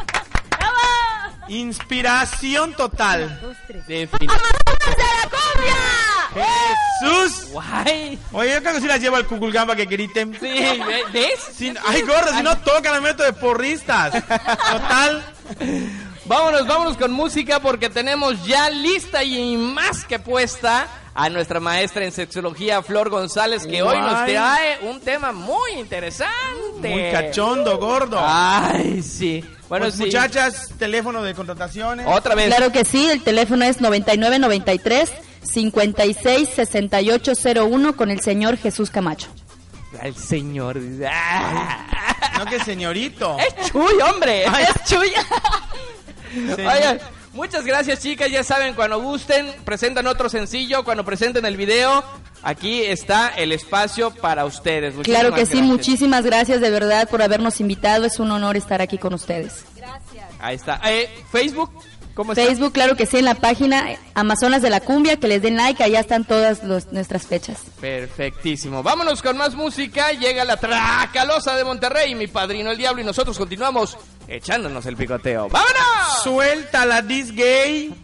Inspiración total. Definitivamente. ¡Jesús! Guay. Oye, yo creo que sí las llevo al Cuculgamba que griten. Sí, ¿ves? Sí, ay, gordo, si no tocan el método de porristas. Total. Vámonos, vámonos con música porque tenemos ya lista y más que puesta a nuestra maestra en sexología, Flor González, que Guay. hoy nos trae un tema muy interesante. Muy cachondo, gordo. Ay, sí. Bueno, Pues, sí. muchachas, teléfono de contrataciones. Otra vez. Claro que sí, el teléfono es noventa y nueve noventa y tres cincuenta y seis sesenta y ocho cero uno con el señor Jesús Camacho. El señor. Ah. No, que señorito. Es Chuy, hombre. Ay. Es Chuy. Señor. Oigan, muchas gracias, chicas. Ya saben, cuando gusten, presentan otro sencillo. Cuando presenten el video, aquí está el espacio para ustedes. Muchísimas Claro que sí, gracias. muchísimas gracias de verdad por habernos invitado. Es un honor estar aquí con ustedes. Ahí está. Eh, Facebook, ¿cómo está? Facebook, claro que sí, en la página Amazonas de la Cumbia, que les den like, allá están todas los- nuestras fechas. Perfectísimo. Vámonos con más música. Llega la Tracalosa de Monterrey, mi padrino el Diablo, y nosotros continuamos echándonos el picoteo. ¡Vámonos! Suelta la dis gay.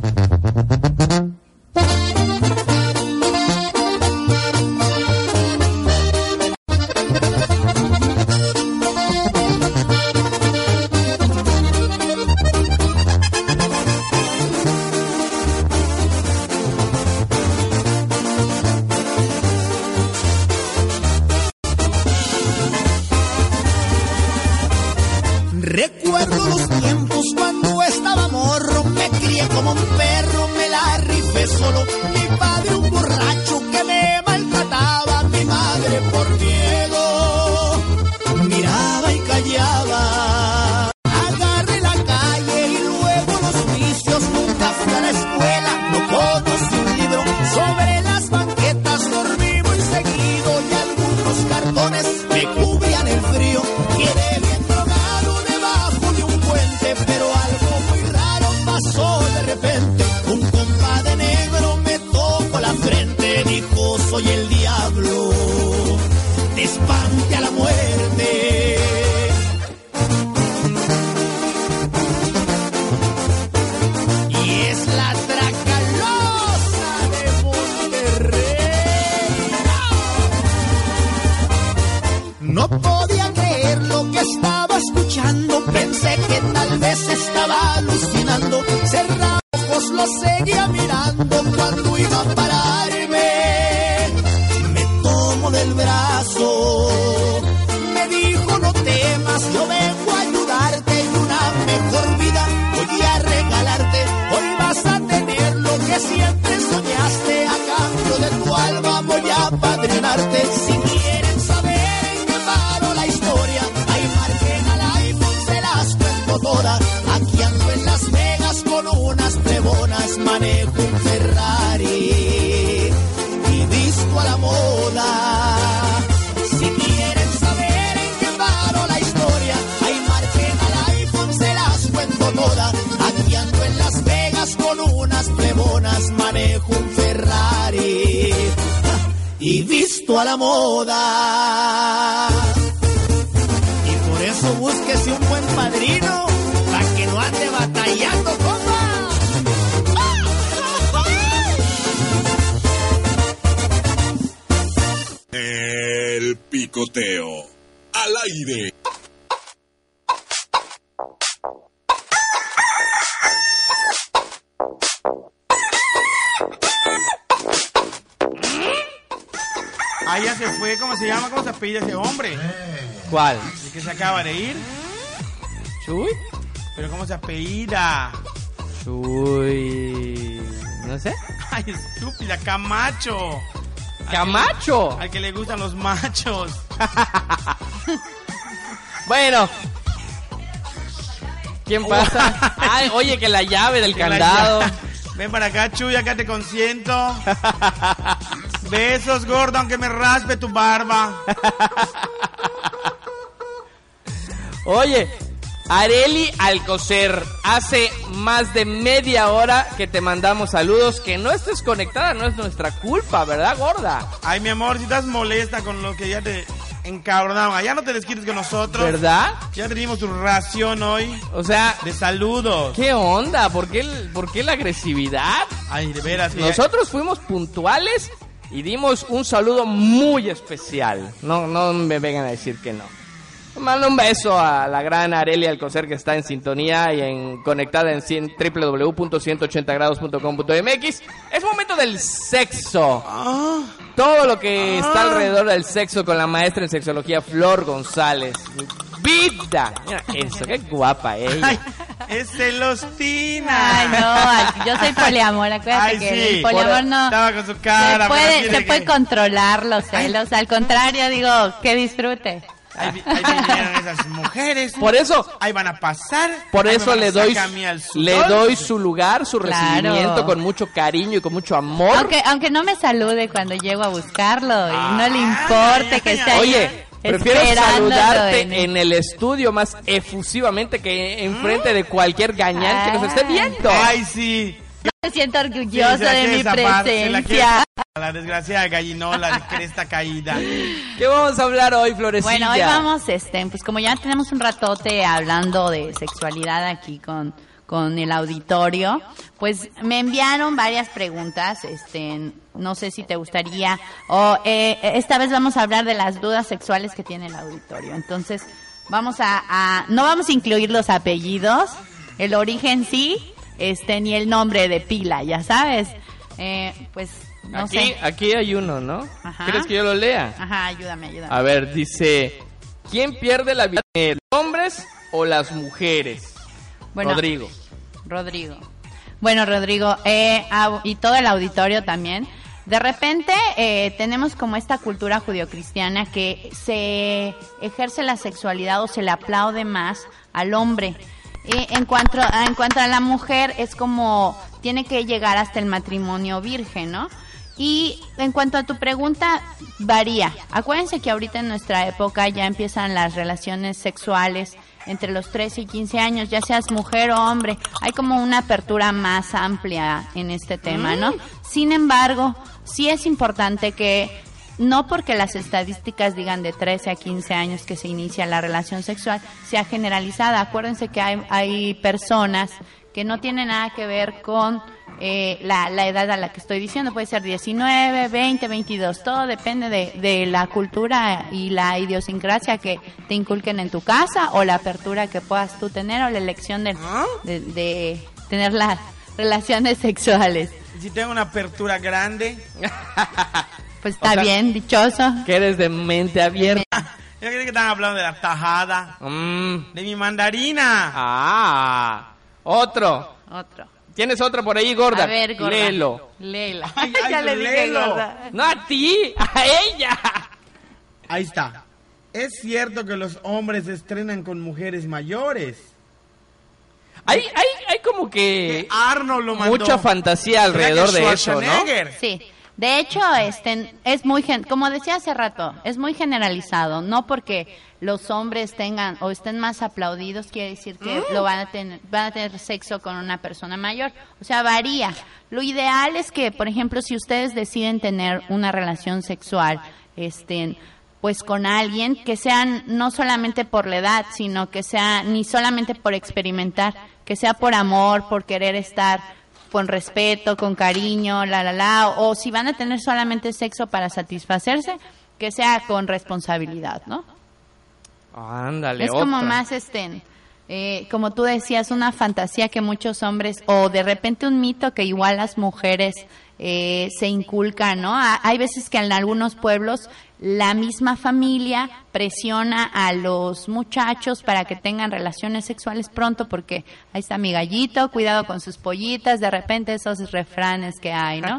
Recuerdo los tiempos cuando estaba morro, me crié como un perro, me la rifé solo. Mi padre un borracho que me maltrataba, mi madre por miedo miraba y callaba. Agarré la calle y luego los vicios, nunca fui a la escuela, no conocí un libro. Sobre las banquetas dormí muy seguido y algunos cartones me cubrían el frío. Quedé bien drogado debajo de un puente, pero algo muy raro pasó de repente. Un compa de negro me tocó la frente, dijo: soy el diablo, te espante a la muerte. Y es la Tracalosa de Monterrey. No podía creer lo que estaba escuchando, pensé que tal vez estaba alucinando. Cerraba ojos, lo seguía mirando cuando iba a pararme. Me tomó del brazo, me dijo: no temas, yo vengo a ayudarte en una mejor vida. Voy a regalarte, hoy vas a tener lo que siempre soñaste. A cambio de tu alma voy a padrinarte. Si quieren saber en qué paró la historia, ahí marquen al iPhone, se las cuento todas. Aquí ando en Las Vegas con unas plebonas, manejo un Ferrari y visto a la moda. Si quieren saber en qué paró la historia, ahí marquen al iPhone, se las cuento todas. Aquí ando en Las Vegas con unas plebonas, manejo un Ferrari y visto a la moda. Y por eso búsquese un buen padrino, para que no ande batallando, compa. El picoteo al aire. Ah, ya se fue. ¿Cómo se llama? ¿Cómo se apellida ese hombre? ¿Cuál? ¿El que se acaba de ir? ¿Chuy? ¿Pero cómo se apellida? Chuy. No sé. Ay, estúpida, Camacho. ¡Camacho! Al que, al que le gustan los machos. Bueno. ¿Quién pasa? Ay, oye, que la llave del Que la candado. llave. Ven para acá, Chuy, acá te consiento. Besos, gordo, aunque me raspe tu barba. Oye, Areli Alcocer, hace más de media hora que te mandamos saludos. Que no estés conectada no es nuestra culpa, ¿verdad, gorda? Ay, mi amor, si estás molesta con lo que ya te encabronaron, ya no te desquites con nosotros. ¿Verdad? Ya tenemos tu ración hoy. O sea, de saludos. ¿Qué onda? ¿Por qué, el, ¿por qué la agresividad? Ay, de veras. Nosotros fuimos puntuales y dimos un saludo muy especial. No, no me vengan a decir que no. Mando un beso a la gran Areli Alcocer, que está en sintonía y en conectada en doble u doble u doble u punto ciento ochenta grados punto com punto m x. Es momento del sexo. Ah. Todo lo que Ah. está alrededor del sexo con la maestra en sexología Flor González. Vida. Mira eso, qué guapa ella. Ay, es celostina. Ay, no, yo soy poliamor, acuérdate Ay, que sí. el poliamor no... Estaba con su cara. Se puede, pero se tiene puede que... controlar los celos, al contrario, digo, que disfrute. Ahí, ahí vinieron esas mujeres. Por eso, ahí van a pasar. Por ahí eso me van a le doy, sacar a mí al sudor. le doy su lugar, su Claro. recibimiento con mucho cariño y con mucho amor. Aunque, aunque no me salude cuando llego a buscarlo y no le importe que esté ahí. Oye, prefiero esperándolo saludarte en en el- el estudio más efusivamente que enfrente de cualquier gañán que nos esté viendo. Ay, sí. Me siento Sí, orgullosa se la de quiere mi zapar, se la quiere presencia. zapar, la desgraciada gallinola de cresta caída. ¿Qué vamos a hablar hoy, Florecilla? Bueno, hoy vamos, este, pues como ya tenemos un ratote hablando de sexualidad aquí con, con el auditorio, pues me enviaron varias preguntas, este, no sé si te gustaría, o eh, esta vez vamos a hablar de las dudas sexuales que tiene el auditorio. Entonces, vamos a, a no vamos a incluir los apellidos, el origen sí, este, ni el nombre de pila, ya sabes. Eh, pues, no aquí, sé. aquí hay uno, ¿no? Ajá. ¿Quieres que yo lo lea? Ajá, ayúdame, ayúdame. A ver, dice, ¿quién pierde la vida? ¿Los hombres o las mujeres? Bueno, Rodrigo. Rodrigo. Bueno, Rodrigo, eh, au- y todo el auditorio también. De repente eh, tenemos como esta cultura judio-cristiana que se ejerce la sexualidad o se le aplaude más al hombre. Y en cuanto, a- en cuanto a la mujer es como tiene que llegar hasta el matrimonio virgen, ¿no? Y en cuanto a tu pregunta, varía. Acuérdense que ahorita en nuestra época ya empiezan las relaciones sexuales entre los trece y quince años, ya seas mujer o hombre. Hay como una apertura más amplia en este tema, ¿no? Sin embargo, sí es importante que no porque las estadísticas digan de trece a quince años que se inicia la relación sexual sea generalizada. Acuérdense que hay, hay personas que no tienen nada que ver con eh, la, la edad a la que estoy diciendo. Puede ser diecinueve, veinte, veintidós. Todo depende de, de la cultura y la idiosincrasia que te inculquen en tu casa o la apertura que puedas tú tener o la elección de, de, de tener las relaciones sexuales. Si tengo una apertura grande. Pues está O sea, bien, dichoso. Que eres de mente abierta. Yo creí que estaban hablando de la tajada. Mm. De mi mandarina. Ah, otro. Otro. ¿Tienes otro por ahí, gorda? A ver, gorda. Léelo. Léela. Ay, ay, ya le dije, léelo. gorda. No a ti, a ella. Ahí está. Es cierto que los hombres se estrenan con mujeres mayores. Hay, hay, hay como que Arnold lo mandó. mucha fantasía alrededor de eso, ¿no? Schwarzenegger? Sí. De hecho, este, es muy, gen- como decía hace rato, es muy generalizado. No porque los hombres tengan o estén más aplaudidos quiere decir que lo van a tener, van a tener sexo con una persona mayor. O sea, varía. Lo ideal es que, por ejemplo, si ustedes deciden tener una relación sexual, este, pues con alguien, que sean no solamente por la edad, sino que sea ni solamente por experimentar, que sea por amor, por querer estar con respeto, con cariño, la la la, o, o si van a tener solamente sexo para satisfacerse, que sea con responsabilidad, ¿no? Ándale, Es como otra. más, este, eh, como tú decías, una fantasía que muchos hombres, o de repente un mito que igual las mujeres eh, se inculcan, ¿no? Ha- Hay veces que en algunos pueblos la misma familia presiona a los muchachos para que tengan relaciones sexuales pronto porque ahí está mi gallito, cuidado con sus pollitas, de repente esos refranes que hay, ¿no?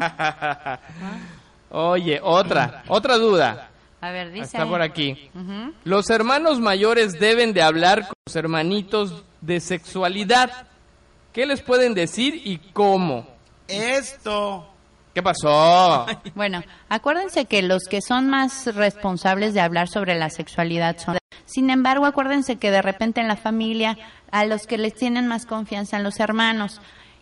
Oye, otra, otra duda. A ver, dice. Está por aquí. Ujú. Los hermanos mayores deben de hablar con los hermanitos de sexualidad. ¿Qué les pueden decir y cómo? Esto ¿Qué pasó? Bueno, acuérdense que los que son más responsables de hablar sobre la sexualidad son... Sin embargo, acuérdense que de repente en la familia, a los que les tienen más confianza, los hermanos.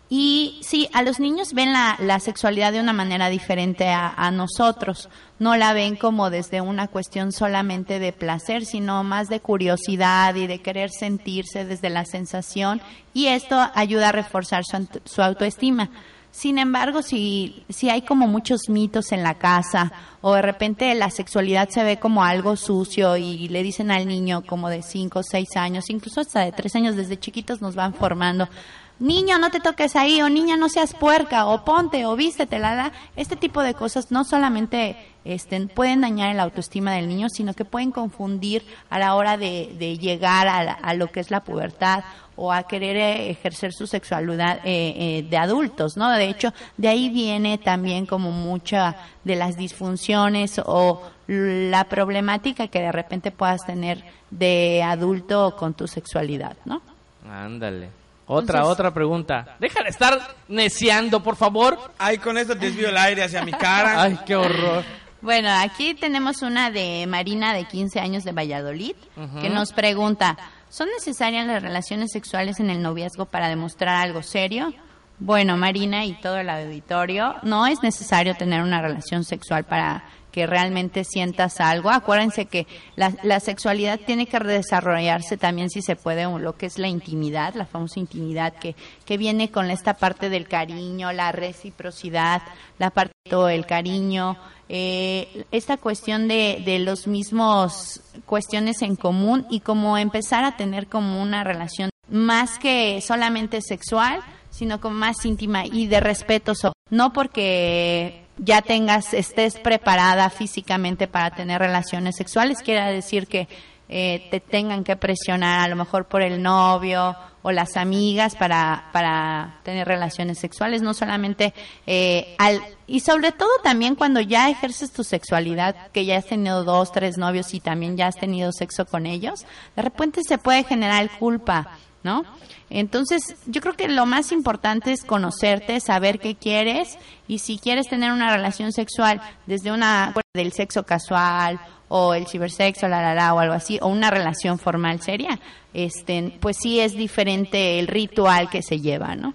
Y sí, a los niños ven la, la sexualidad de una manera diferente a, a nosotros. No la ven como desde una cuestión solamente de placer, sino más de curiosidad y de querer sentirse desde la sensación. Y esto ayuda a reforzar su, su autoestima. Sin embargo, si, si hay como muchos mitos en la casa o de repente la sexualidad se ve como algo sucio y le dicen al niño como de cinco o seis años, incluso hasta de tres años, desde chiquitos nos van formando, niño, no te toques ahí, o niña, no seas puerca, o ponte, o vístete, la, la. Este tipo de cosas no solamente este, pueden dañar la autoestima del niño, sino que pueden confundir a la hora de, de llegar a, la, a lo que es la pubertad o a querer eh, ejercer su sexualidad eh, eh, de adultos, ¿no? De hecho, de ahí viene también como mucha de las disfunciones o la problemática que de repente puedas tener de adulto con tu sexualidad, ¿no? Ándale. Otra, Entonces, otra pregunta. Deja de estar neciando, por favor. Ay, con esto desvío el aire hacia mi cara. Ay, qué horror. Bueno, aquí tenemos una de Marina, de quince años, de Valladolid, uh-huh. que nos pregunta, ¿son necesarias las relaciones sexuales en el noviazgo para demostrar algo serio? Bueno, Marina y todo el auditorio, no es necesario tener una relación sexual para que realmente sientas algo. Acuérdense que la, la sexualidad tiene que desarrollarse también, si se puede, lo que es la intimidad, la famosa intimidad que, que viene con esta parte del cariño, la reciprocidad, la parte del cariño, eh, esta cuestión de, de los mismos cuestiones en común y como empezar a tener como una relación más que solamente sexual, sino como más íntima y de respeto, no porque ya tengas, estés preparada físicamente para tener relaciones sexuales, quiere decir que eh, te tengan que presionar a lo mejor por el novio o las amigas para para tener relaciones sexuales, no solamente eh, al y sobre todo también cuando ya ejerces tu sexualidad, que ya has tenido dos, tres novios y también ya has tenido sexo con ellos, de repente se puede generar culpa, ¿no? Entonces, yo creo que lo más importante es conocerte, saber qué quieres y si quieres tener una relación sexual desde una del sexo casual o el cibersexo, la la la o algo así, o una relación formal seria, este, pues sí es diferente el ritual que se lleva, ¿no?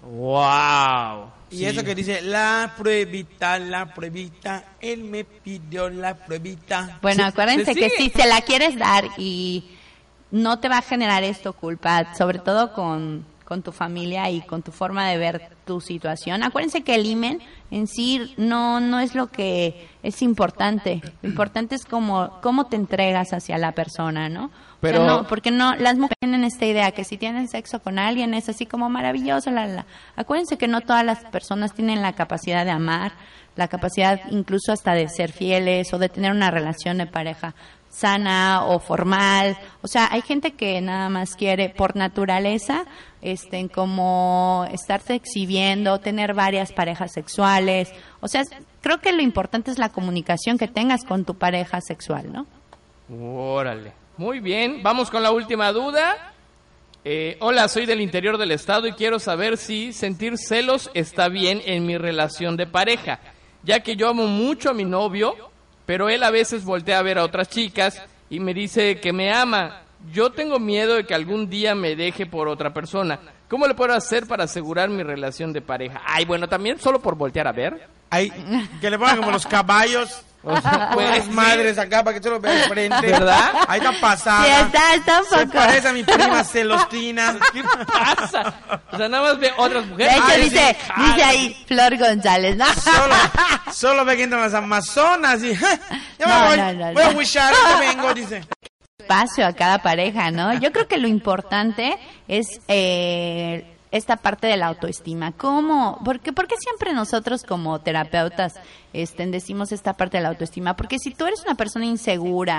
Wow. Y sí. Eso que dice, la pruebita, la pruebita, él me pidió la pruebita. Bueno, acuérdense que si se la quieres dar y no te va a generar esto culpa, sobre todo con, con tu familia y con tu forma de ver tu situación. Acuérdense que el himen en sí no no es lo que es importante. Lo importante es cómo, cómo te entregas hacia la persona, ¿no? Pero o sea, no, porque no, las mujeres tienen esta idea que si tienen sexo con alguien es así como maravilloso, la, la. Acuérdense que no todas las personas tienen la capacidad de amar, la capacidad incluso hasta de ser fieles o de tener una relación de pareja sana o formal. O sea, hay gente que nada más quiere por naturaleza este como estarse exhibiendo, tener varias parejas sexuales. O sea, creo que lo importante es la comunicación que tengas con tu pareja sexual, ¿no? Órale. Muy bien, vamos con la última duda. Eh, hola, soy del interior del estado y quiero saber si sentir celos está bien en mi relación de pareja, ya que yo amo mucho a mi novio, pero él a veces voltea a ver a otras chicas y me dice que me ama. Yo tengo miedo de que algún día me deje por otra persona. ¿Cómo le puedo hacer para asegurar mi relación de pareja? Ay, bueno, también solo por voltear a ver. Ay, que le pongan como los caballos. O sea, pues sí. Madres acá para que tú lo veas de frente. ¿Verdad? Ahí está pasada. Sí, está, está un poco. Se parece a mi prima Celostina. ¿Qué pasa? O sea, nada más ve otras mujeres. De hecho, Ay, dice, sí. dice ahí Flor González, ¿no? Solo, solo ve que entran las Amazonas y... Ya No, me voy, no, no, voy no. a wishar, ya vengo, dice. Espacio a cada pareja, ¿no? Yo creo que lo importante es eh, esta parte de la autoestima. ¿Cómo? Porque, porque siempre nosotros como terapeutas este, decimos esta parte de la autoestima. Porque si tú eres una persona insegura,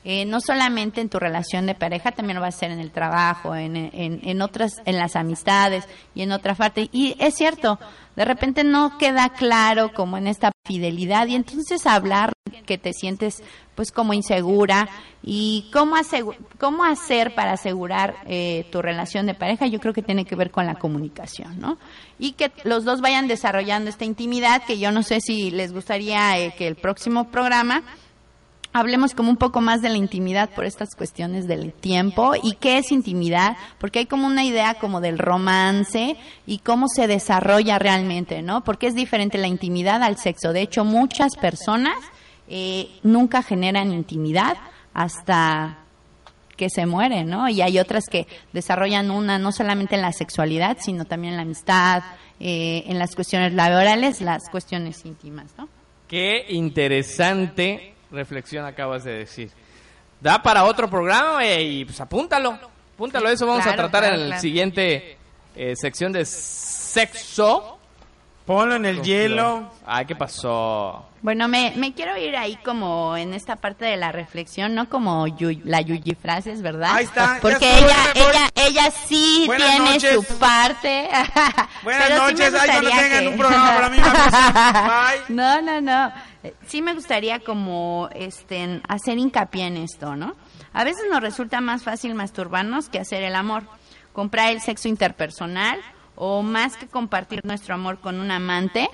eh, no solamente en tu relación de pareja, también lo va a hacer en el trabajo, en, en, en otras, en las amistades y en otra parte. Y es cierto, de repente no queda claro como en esta fidelidad y entonces hablar que te sientes pues como insegura y cómo, asegu- cómo hacer para asegurar eh, tu relación de pareja, yo creo que tiene que ver con la comunicación, ¿no? Y que los dos vayan desarrollando esta intimidad, que yo no sé si les gustaría eh, que el próximo programa hablemos como un poco más de la intimidad por estas cuestiones del tiempo y qué es intimidad, porque hay como una idea como del romance y cómo se desarrolla realmente, ¿no? Porque es diferente la intimidad al sexo. De hecho, muchas personas eh, nunca generan intimidad hasta que se mueren, ¿no? Y hay otras que desarrollan una no solamente en la sexualidad, sino también en la amistad, eh, en las cuestiones laborales, las cuestiones íntimas, ¿no? Qué interesante reflexión acabas de decir. Da para otro programa eh, y pues apúntalo, apúntalo, eso vamos claro, a tratar claro, en la claro. siguiente eh, sección de sexo. Ponlo en el hielo. Ay, ¿qué pasó? Bueno, me, me quiero ir ahí como en esta parte de la reflexión, no como yu- la Yuyi Frases, ¿verdad? Ahí está. Porque ya ella, estuvo, ella, ella sí Buenas tiene noches. su parte. Buenas Pero sí noches. me Ay, cuando gustaría tengan que- un programa por la misma cosa. Bye. No, no, no. Eh, Sí me gustaría como este hacer hincapié en esto, ¿no? A veces nos resulta más fácil masturbarnos que hacer el amor, comprar el sexo interpersonal o más que compartir nuestro amor con un amante.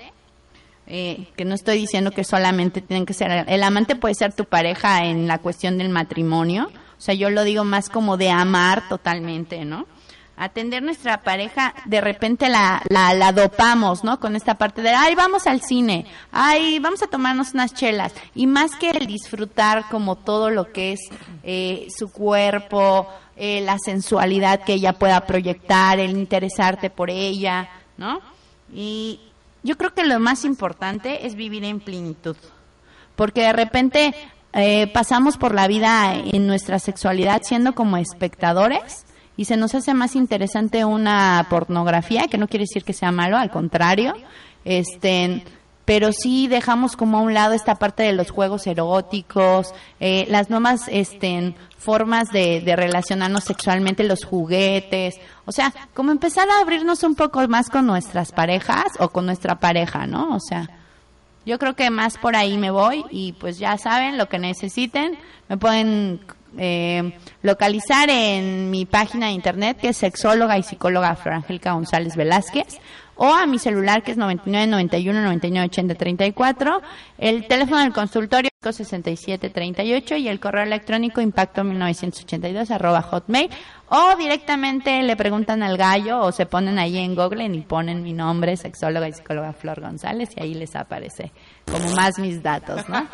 Eh, que no estoy diciendo que solamente tienen que ser el amante, puede ser tu pareja en la cuestión del matrimonio, o sea, yo lo digo más como de amar totalmente, ¿no? Atender nuestra pareja, de repente la, la, la dopamos, ¿no? Con esta parte de, ay, vamos al cine, ay, vamos a tomarnos unas chelas, y más que el disfrutar como todo lo que es eh, su cuerpo, eh, la sensualidad que ella pueda proyectar, el interesarte por ella, ¿no? Y yo creo que lo más importante es vivir en plenitud, porque de repente eh, pasamos por la vida en nuestra sexualidad siendo como espectadores y se nos hace más interesante una pornografía, que no quiere decir que sea malo, al contrario, este, pero sí dejamos como a un lado esta parte de los juegos eróticos, eh, las nuevas este, formas de, de relacionarnos sexualmente, los juguetes, o sea, como empezar a abrirnos un poco más con nuestras parejas o con nuestra pareja, ¿no? O sea, yo creo que más por ahí me voy y pues ya saben lo que necesiten, me pueden eh, localizar en mi página de internet que es sexóloga y psicóloga Flor Angélica González Velázquez, o a mi celular que es noventa y nueve, noventa y uno, noventa y nueve, ochenta, treinta y cuatro, el teléfono del consultorio sesenta y siete treinta y ocho y el correo electrónico impacto mil novecientos ochenta y dos arroba hotmail, o directamente le preguntan al gallo o se ponen ahí en Google y ponen mi nombre, sexóloga y psicóloga Flor González, y ahí les aparece como más mis datos, ¿no?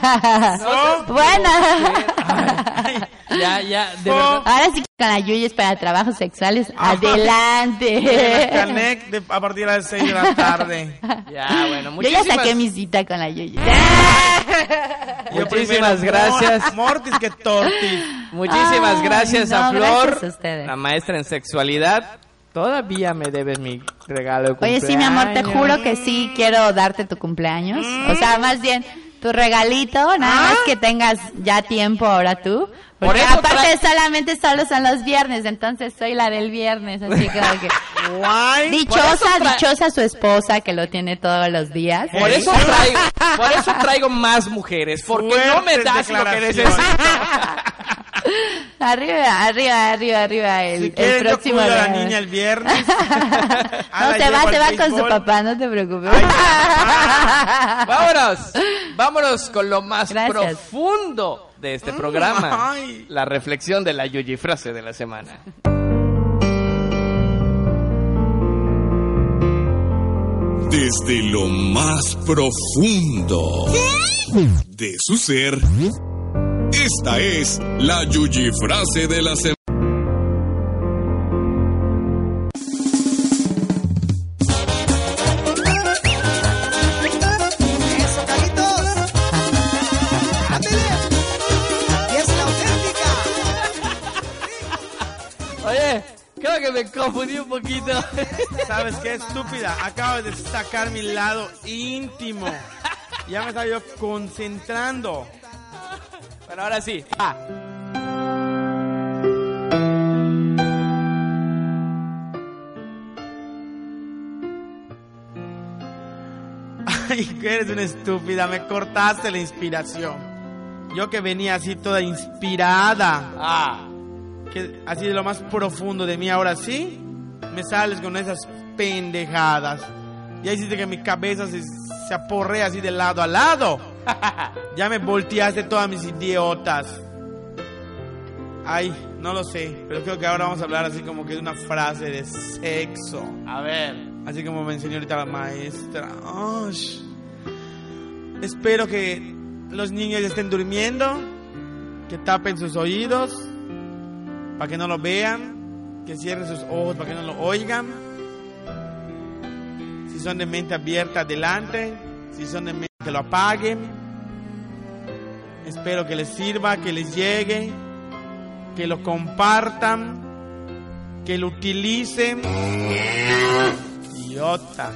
No, Bueno. Ya, ya, de verdad. Ahora sí que con la Yuyi es para trabajos sexuales, adelante. El Canec de- a partir de las seis de la tarde. Ya, bueno, Yo ya muchísimas, saqué mi cita con la Yuyi. Yo muchísimas primero, gracias. Mor- Mortis que Tortis. Muchísimas Ay, gracias a no, Flor, gracias a ustedes. la maestra en sexualidad. Todavía me debes mi regalo de Oye, cumpleaños. sí, mi amor, te juro que sí quiero darte tu cumpleaños. O sea, más bien tu regalito, nada más que tengas ya tiempo ahora tú. Por Porque eso aparte solamente solo son los viernes, entonces soy la del viernes, así que... que- Guay. Dichosa, Por eso tra- dichosa su esposa que lo tiene todos los días. Por eso traigo, por eso traigo más mujeres, porque no me Fuertes das lo que declaraciones. necesito. Arriba, arriba, arriba, arriba el, Si el quieres, yo próximo... cuido a la regalo. niña el viernes. No, Ah, la se llevo va, al se va con su béisbol. papá, no te preocupes. Vámonos, vámonos con lo más Gracias. profundo de este programa, Ay. la reflexión de la Yuyi frase de la semana. Desde lo más profundo de su ser, esta es la Yuyi frase de la semana. Eso, Carlitos. Ándele. Y es la auténtica. Oye, creo que me confundí un poquito. ¿Sabes qué, estúpida? Acabo de sacar mi lado íntimo. Ya me estaba yo concentrando. Bueno, ahora sí. Ah. Ay, que eres una estúpida, me cortaste la inspiración. Yo que venía así toda inspirada. Ah. Que así de lo más profundo de mí, ahora sí, me sales con esas pendejadas. Ya hiciste que mi cabeza se, se aporrea así de lado a lado. Ya me volteaste todas mis idiotas. Ay, no lo sé, pero creo que ahora vamos a hablar así como que de una frase de sexo. A ver. Así como me enseñó ahorita la maestra. Oh, espero que los niños estén durmiendo, que tapen sus oídos para que no lo vean, que cierren sus ojos para que no lo oigan. Si son de mente abierta, adelante. Si son de mente, que lo apaguen. Espero que les sirva, que les llegue, que lo compartan, que lo utilicen. Idiota.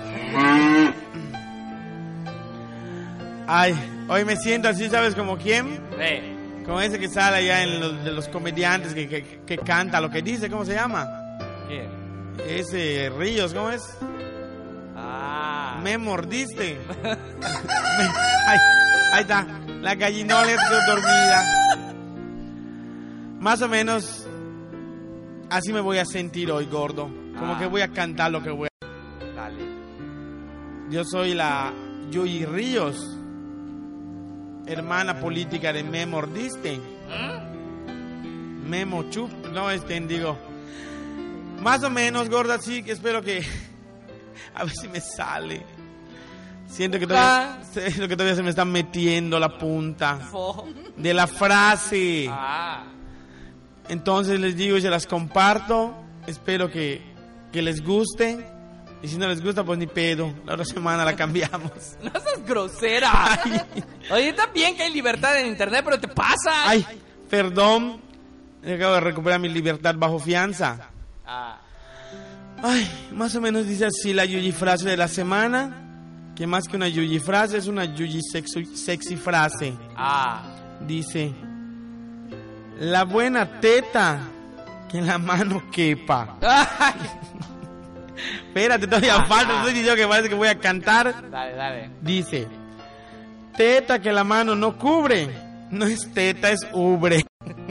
Ay, hoy me siento así, ¿sabes como quién? Sí. Como ese que sale allá en los, de los comediantes que, que, que canta lo que dice, ¿cómo se llama? ¿Quién? Ese Ríos, ¿cómo es? Ah. Me mordiste. Me, ay, ahí está, la gallinola está dormida. Más o menos así me voy a sentir hoy, gordo. Como ah. que voy a cantar lo que voy a... Dale. Yo soy la Yuyi Ríos, hermana política de Me Mordiste. ¿Mm? Memo Chup, no estén, digo. Más o menos, gorda, sí, que espero que... A ver si me sale. Siento que todavía, siento que todavía se me está metiendo la punta de la frase. Ah. Entonces les digo y se las comparto. Espero que, que les guste. Y si no les gusta, pues ni pedo. La otra semana la cambiamos. No seas grosera. Ay. Oye, está bien que hay libertad en internet, pero te pasa. Ay, perdón. Acabo de recuperar mi libertad bajo fianza. Ah. Ay, más o menos dice así la yuyi frase de la semana. Que más que una yuyi frase, es una yuyi sexy, sexy frase. Ah. Dice: la buena teta, que en la mano quepa. Espérate, todavía ah, falta. Estoy diciendo que parece que voy a cantar. Dale, dale. Dice: teta que la mano no cubre, no es teta, es ubre.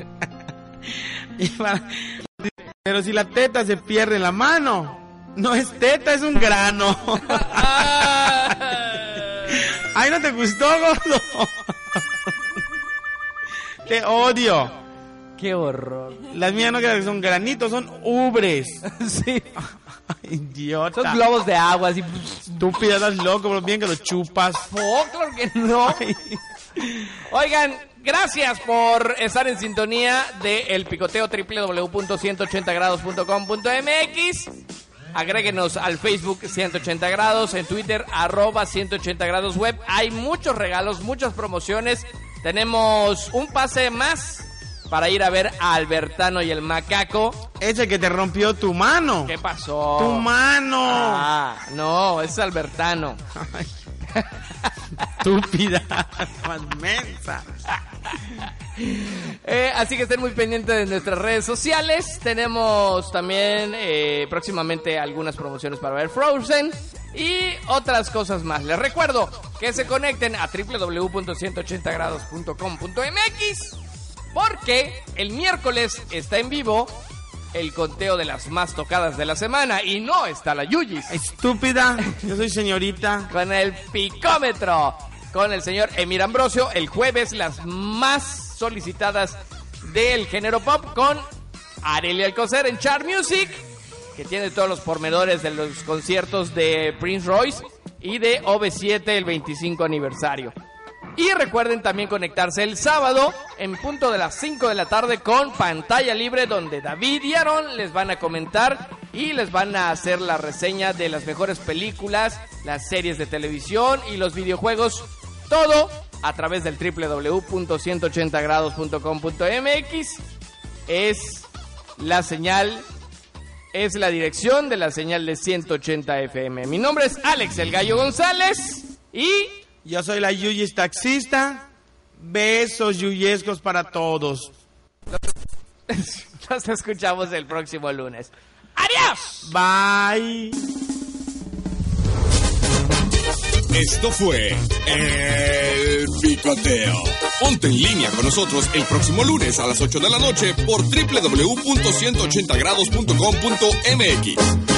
Y para... Pero si la teta se pierde en la mano, no es teta, es un grano. Ay, ¿no te gustó, gordo? Te odio. Qué horror. Las mías no son granitos, son ubres. Sí. Idiota. Son globos de agua, así. Estúpida, estás loco, pero bien que lo chupas. Oh, claro que no. Ay. Oigan, gracias por estar en sintonía de El Picoteo, doble u doble u doble u punto ciento ochenta grados punto com punto m x. Agréguenos al Facebook ciento ochenta grados, en Twitter arroba ciento ochenta grados web. Hay muchos regalos, muchas promociones. Tenemos un pase más para ir a ver a Albertano y el Macaco. Ese que te rompió tu mano. ¿Qué pasó? Tu mano. Ah, no, es Albertano. Ay. Estúpida, más mensa. Eh, así que estén muy pendientes de nuestras redes sociales. Tenemos también eh, próximamente algunas promociones para ver Frozen y otras cosas más. Les recuerdo que se conecten a doble u doble u doble u punto ciento ochenta grados punto com punto m x porque el miércoles está en vivo el conteo de las más tocadas de la semana y no está la Yuyis. Estúpida, yo soy señorita. Con el picómetro, con el señor Emir Ambrosio. El jueves las más solicitadas del género pop con Arely Alcocer en Chart Music, que tiene todos los pormenores de los conciertos de Prince Royce y de O V siete el veinticinco aniversario. Y recuerden también conectarse el sábado en punto de las cinco de la tarde con Pantalla Libre, donde David y Aaron les van a comentar y les van a hacer la reseña de las mejores películas, las series de televisión y los videojuegos. Todo a través del doble u doble u doble u punto ciento ochenta grados punto com punto m x. Es la señal, es la dirección de la señal de ciento ochenta F M. Mi nombre es Alex El Gallo González y... yo soy la Yuyis taxista Besos yuyescos para todos. Nos escuchamos el próximo lunes. ¡Adiós! Bye. Esto fue El Picoteo. Ponte en línea con nosotros el próximo lunes a las ocho de la noche por doble u doble u doble u punto ciento ochenta grados punto com punto m x.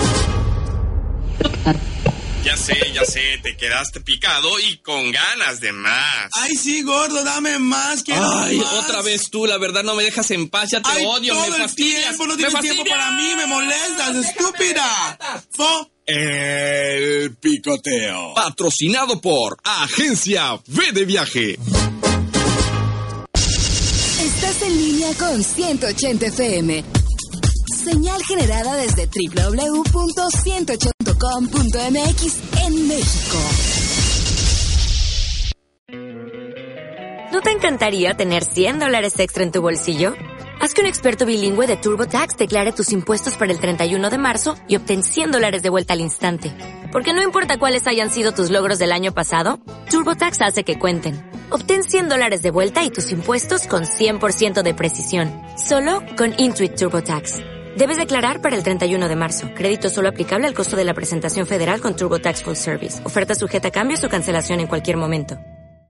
Ya sé, ya sé, te quedaste picado y con ganas de más. Ay, sí, gordo, dame más, quiero Ay, más. otra vez tú, la verdad no me dejas en paz, ya te Ay, odio, todo me el fastidias. tiempo, no me tienes fastidias. tiempo para mí, me molestas, estúpida. Fo. El Picoteo. Patrocinado por Agencia V de Viaje. Estás en línea con ciento ochenta F M. Señal generada desde doble u doble u doble u punto ciento ochenta punto com punto m x en México. ¿No te encantaría tener cien dólares extra en tu bolsillo? Haz que un experto bilingüe de TurboTax declare tus impuestos para el treinta y uno de marzo y obtén cien dólares de vuelta al instante. Porque no importa cuáles hayan sido tus logros del año pasado, TurboTax hace que cuenten. Obtén cien dólares de vuelta y tus impuestos con cien por ciento de precisión. Solo con Intuit TurboTax. Debes declarar para el treinta y uno de marzo. Crédito solo aplicable al costo de la presentación federal con TurboTax Full Service. Oferta sujeta a cambios o cancelación en cualquier momento.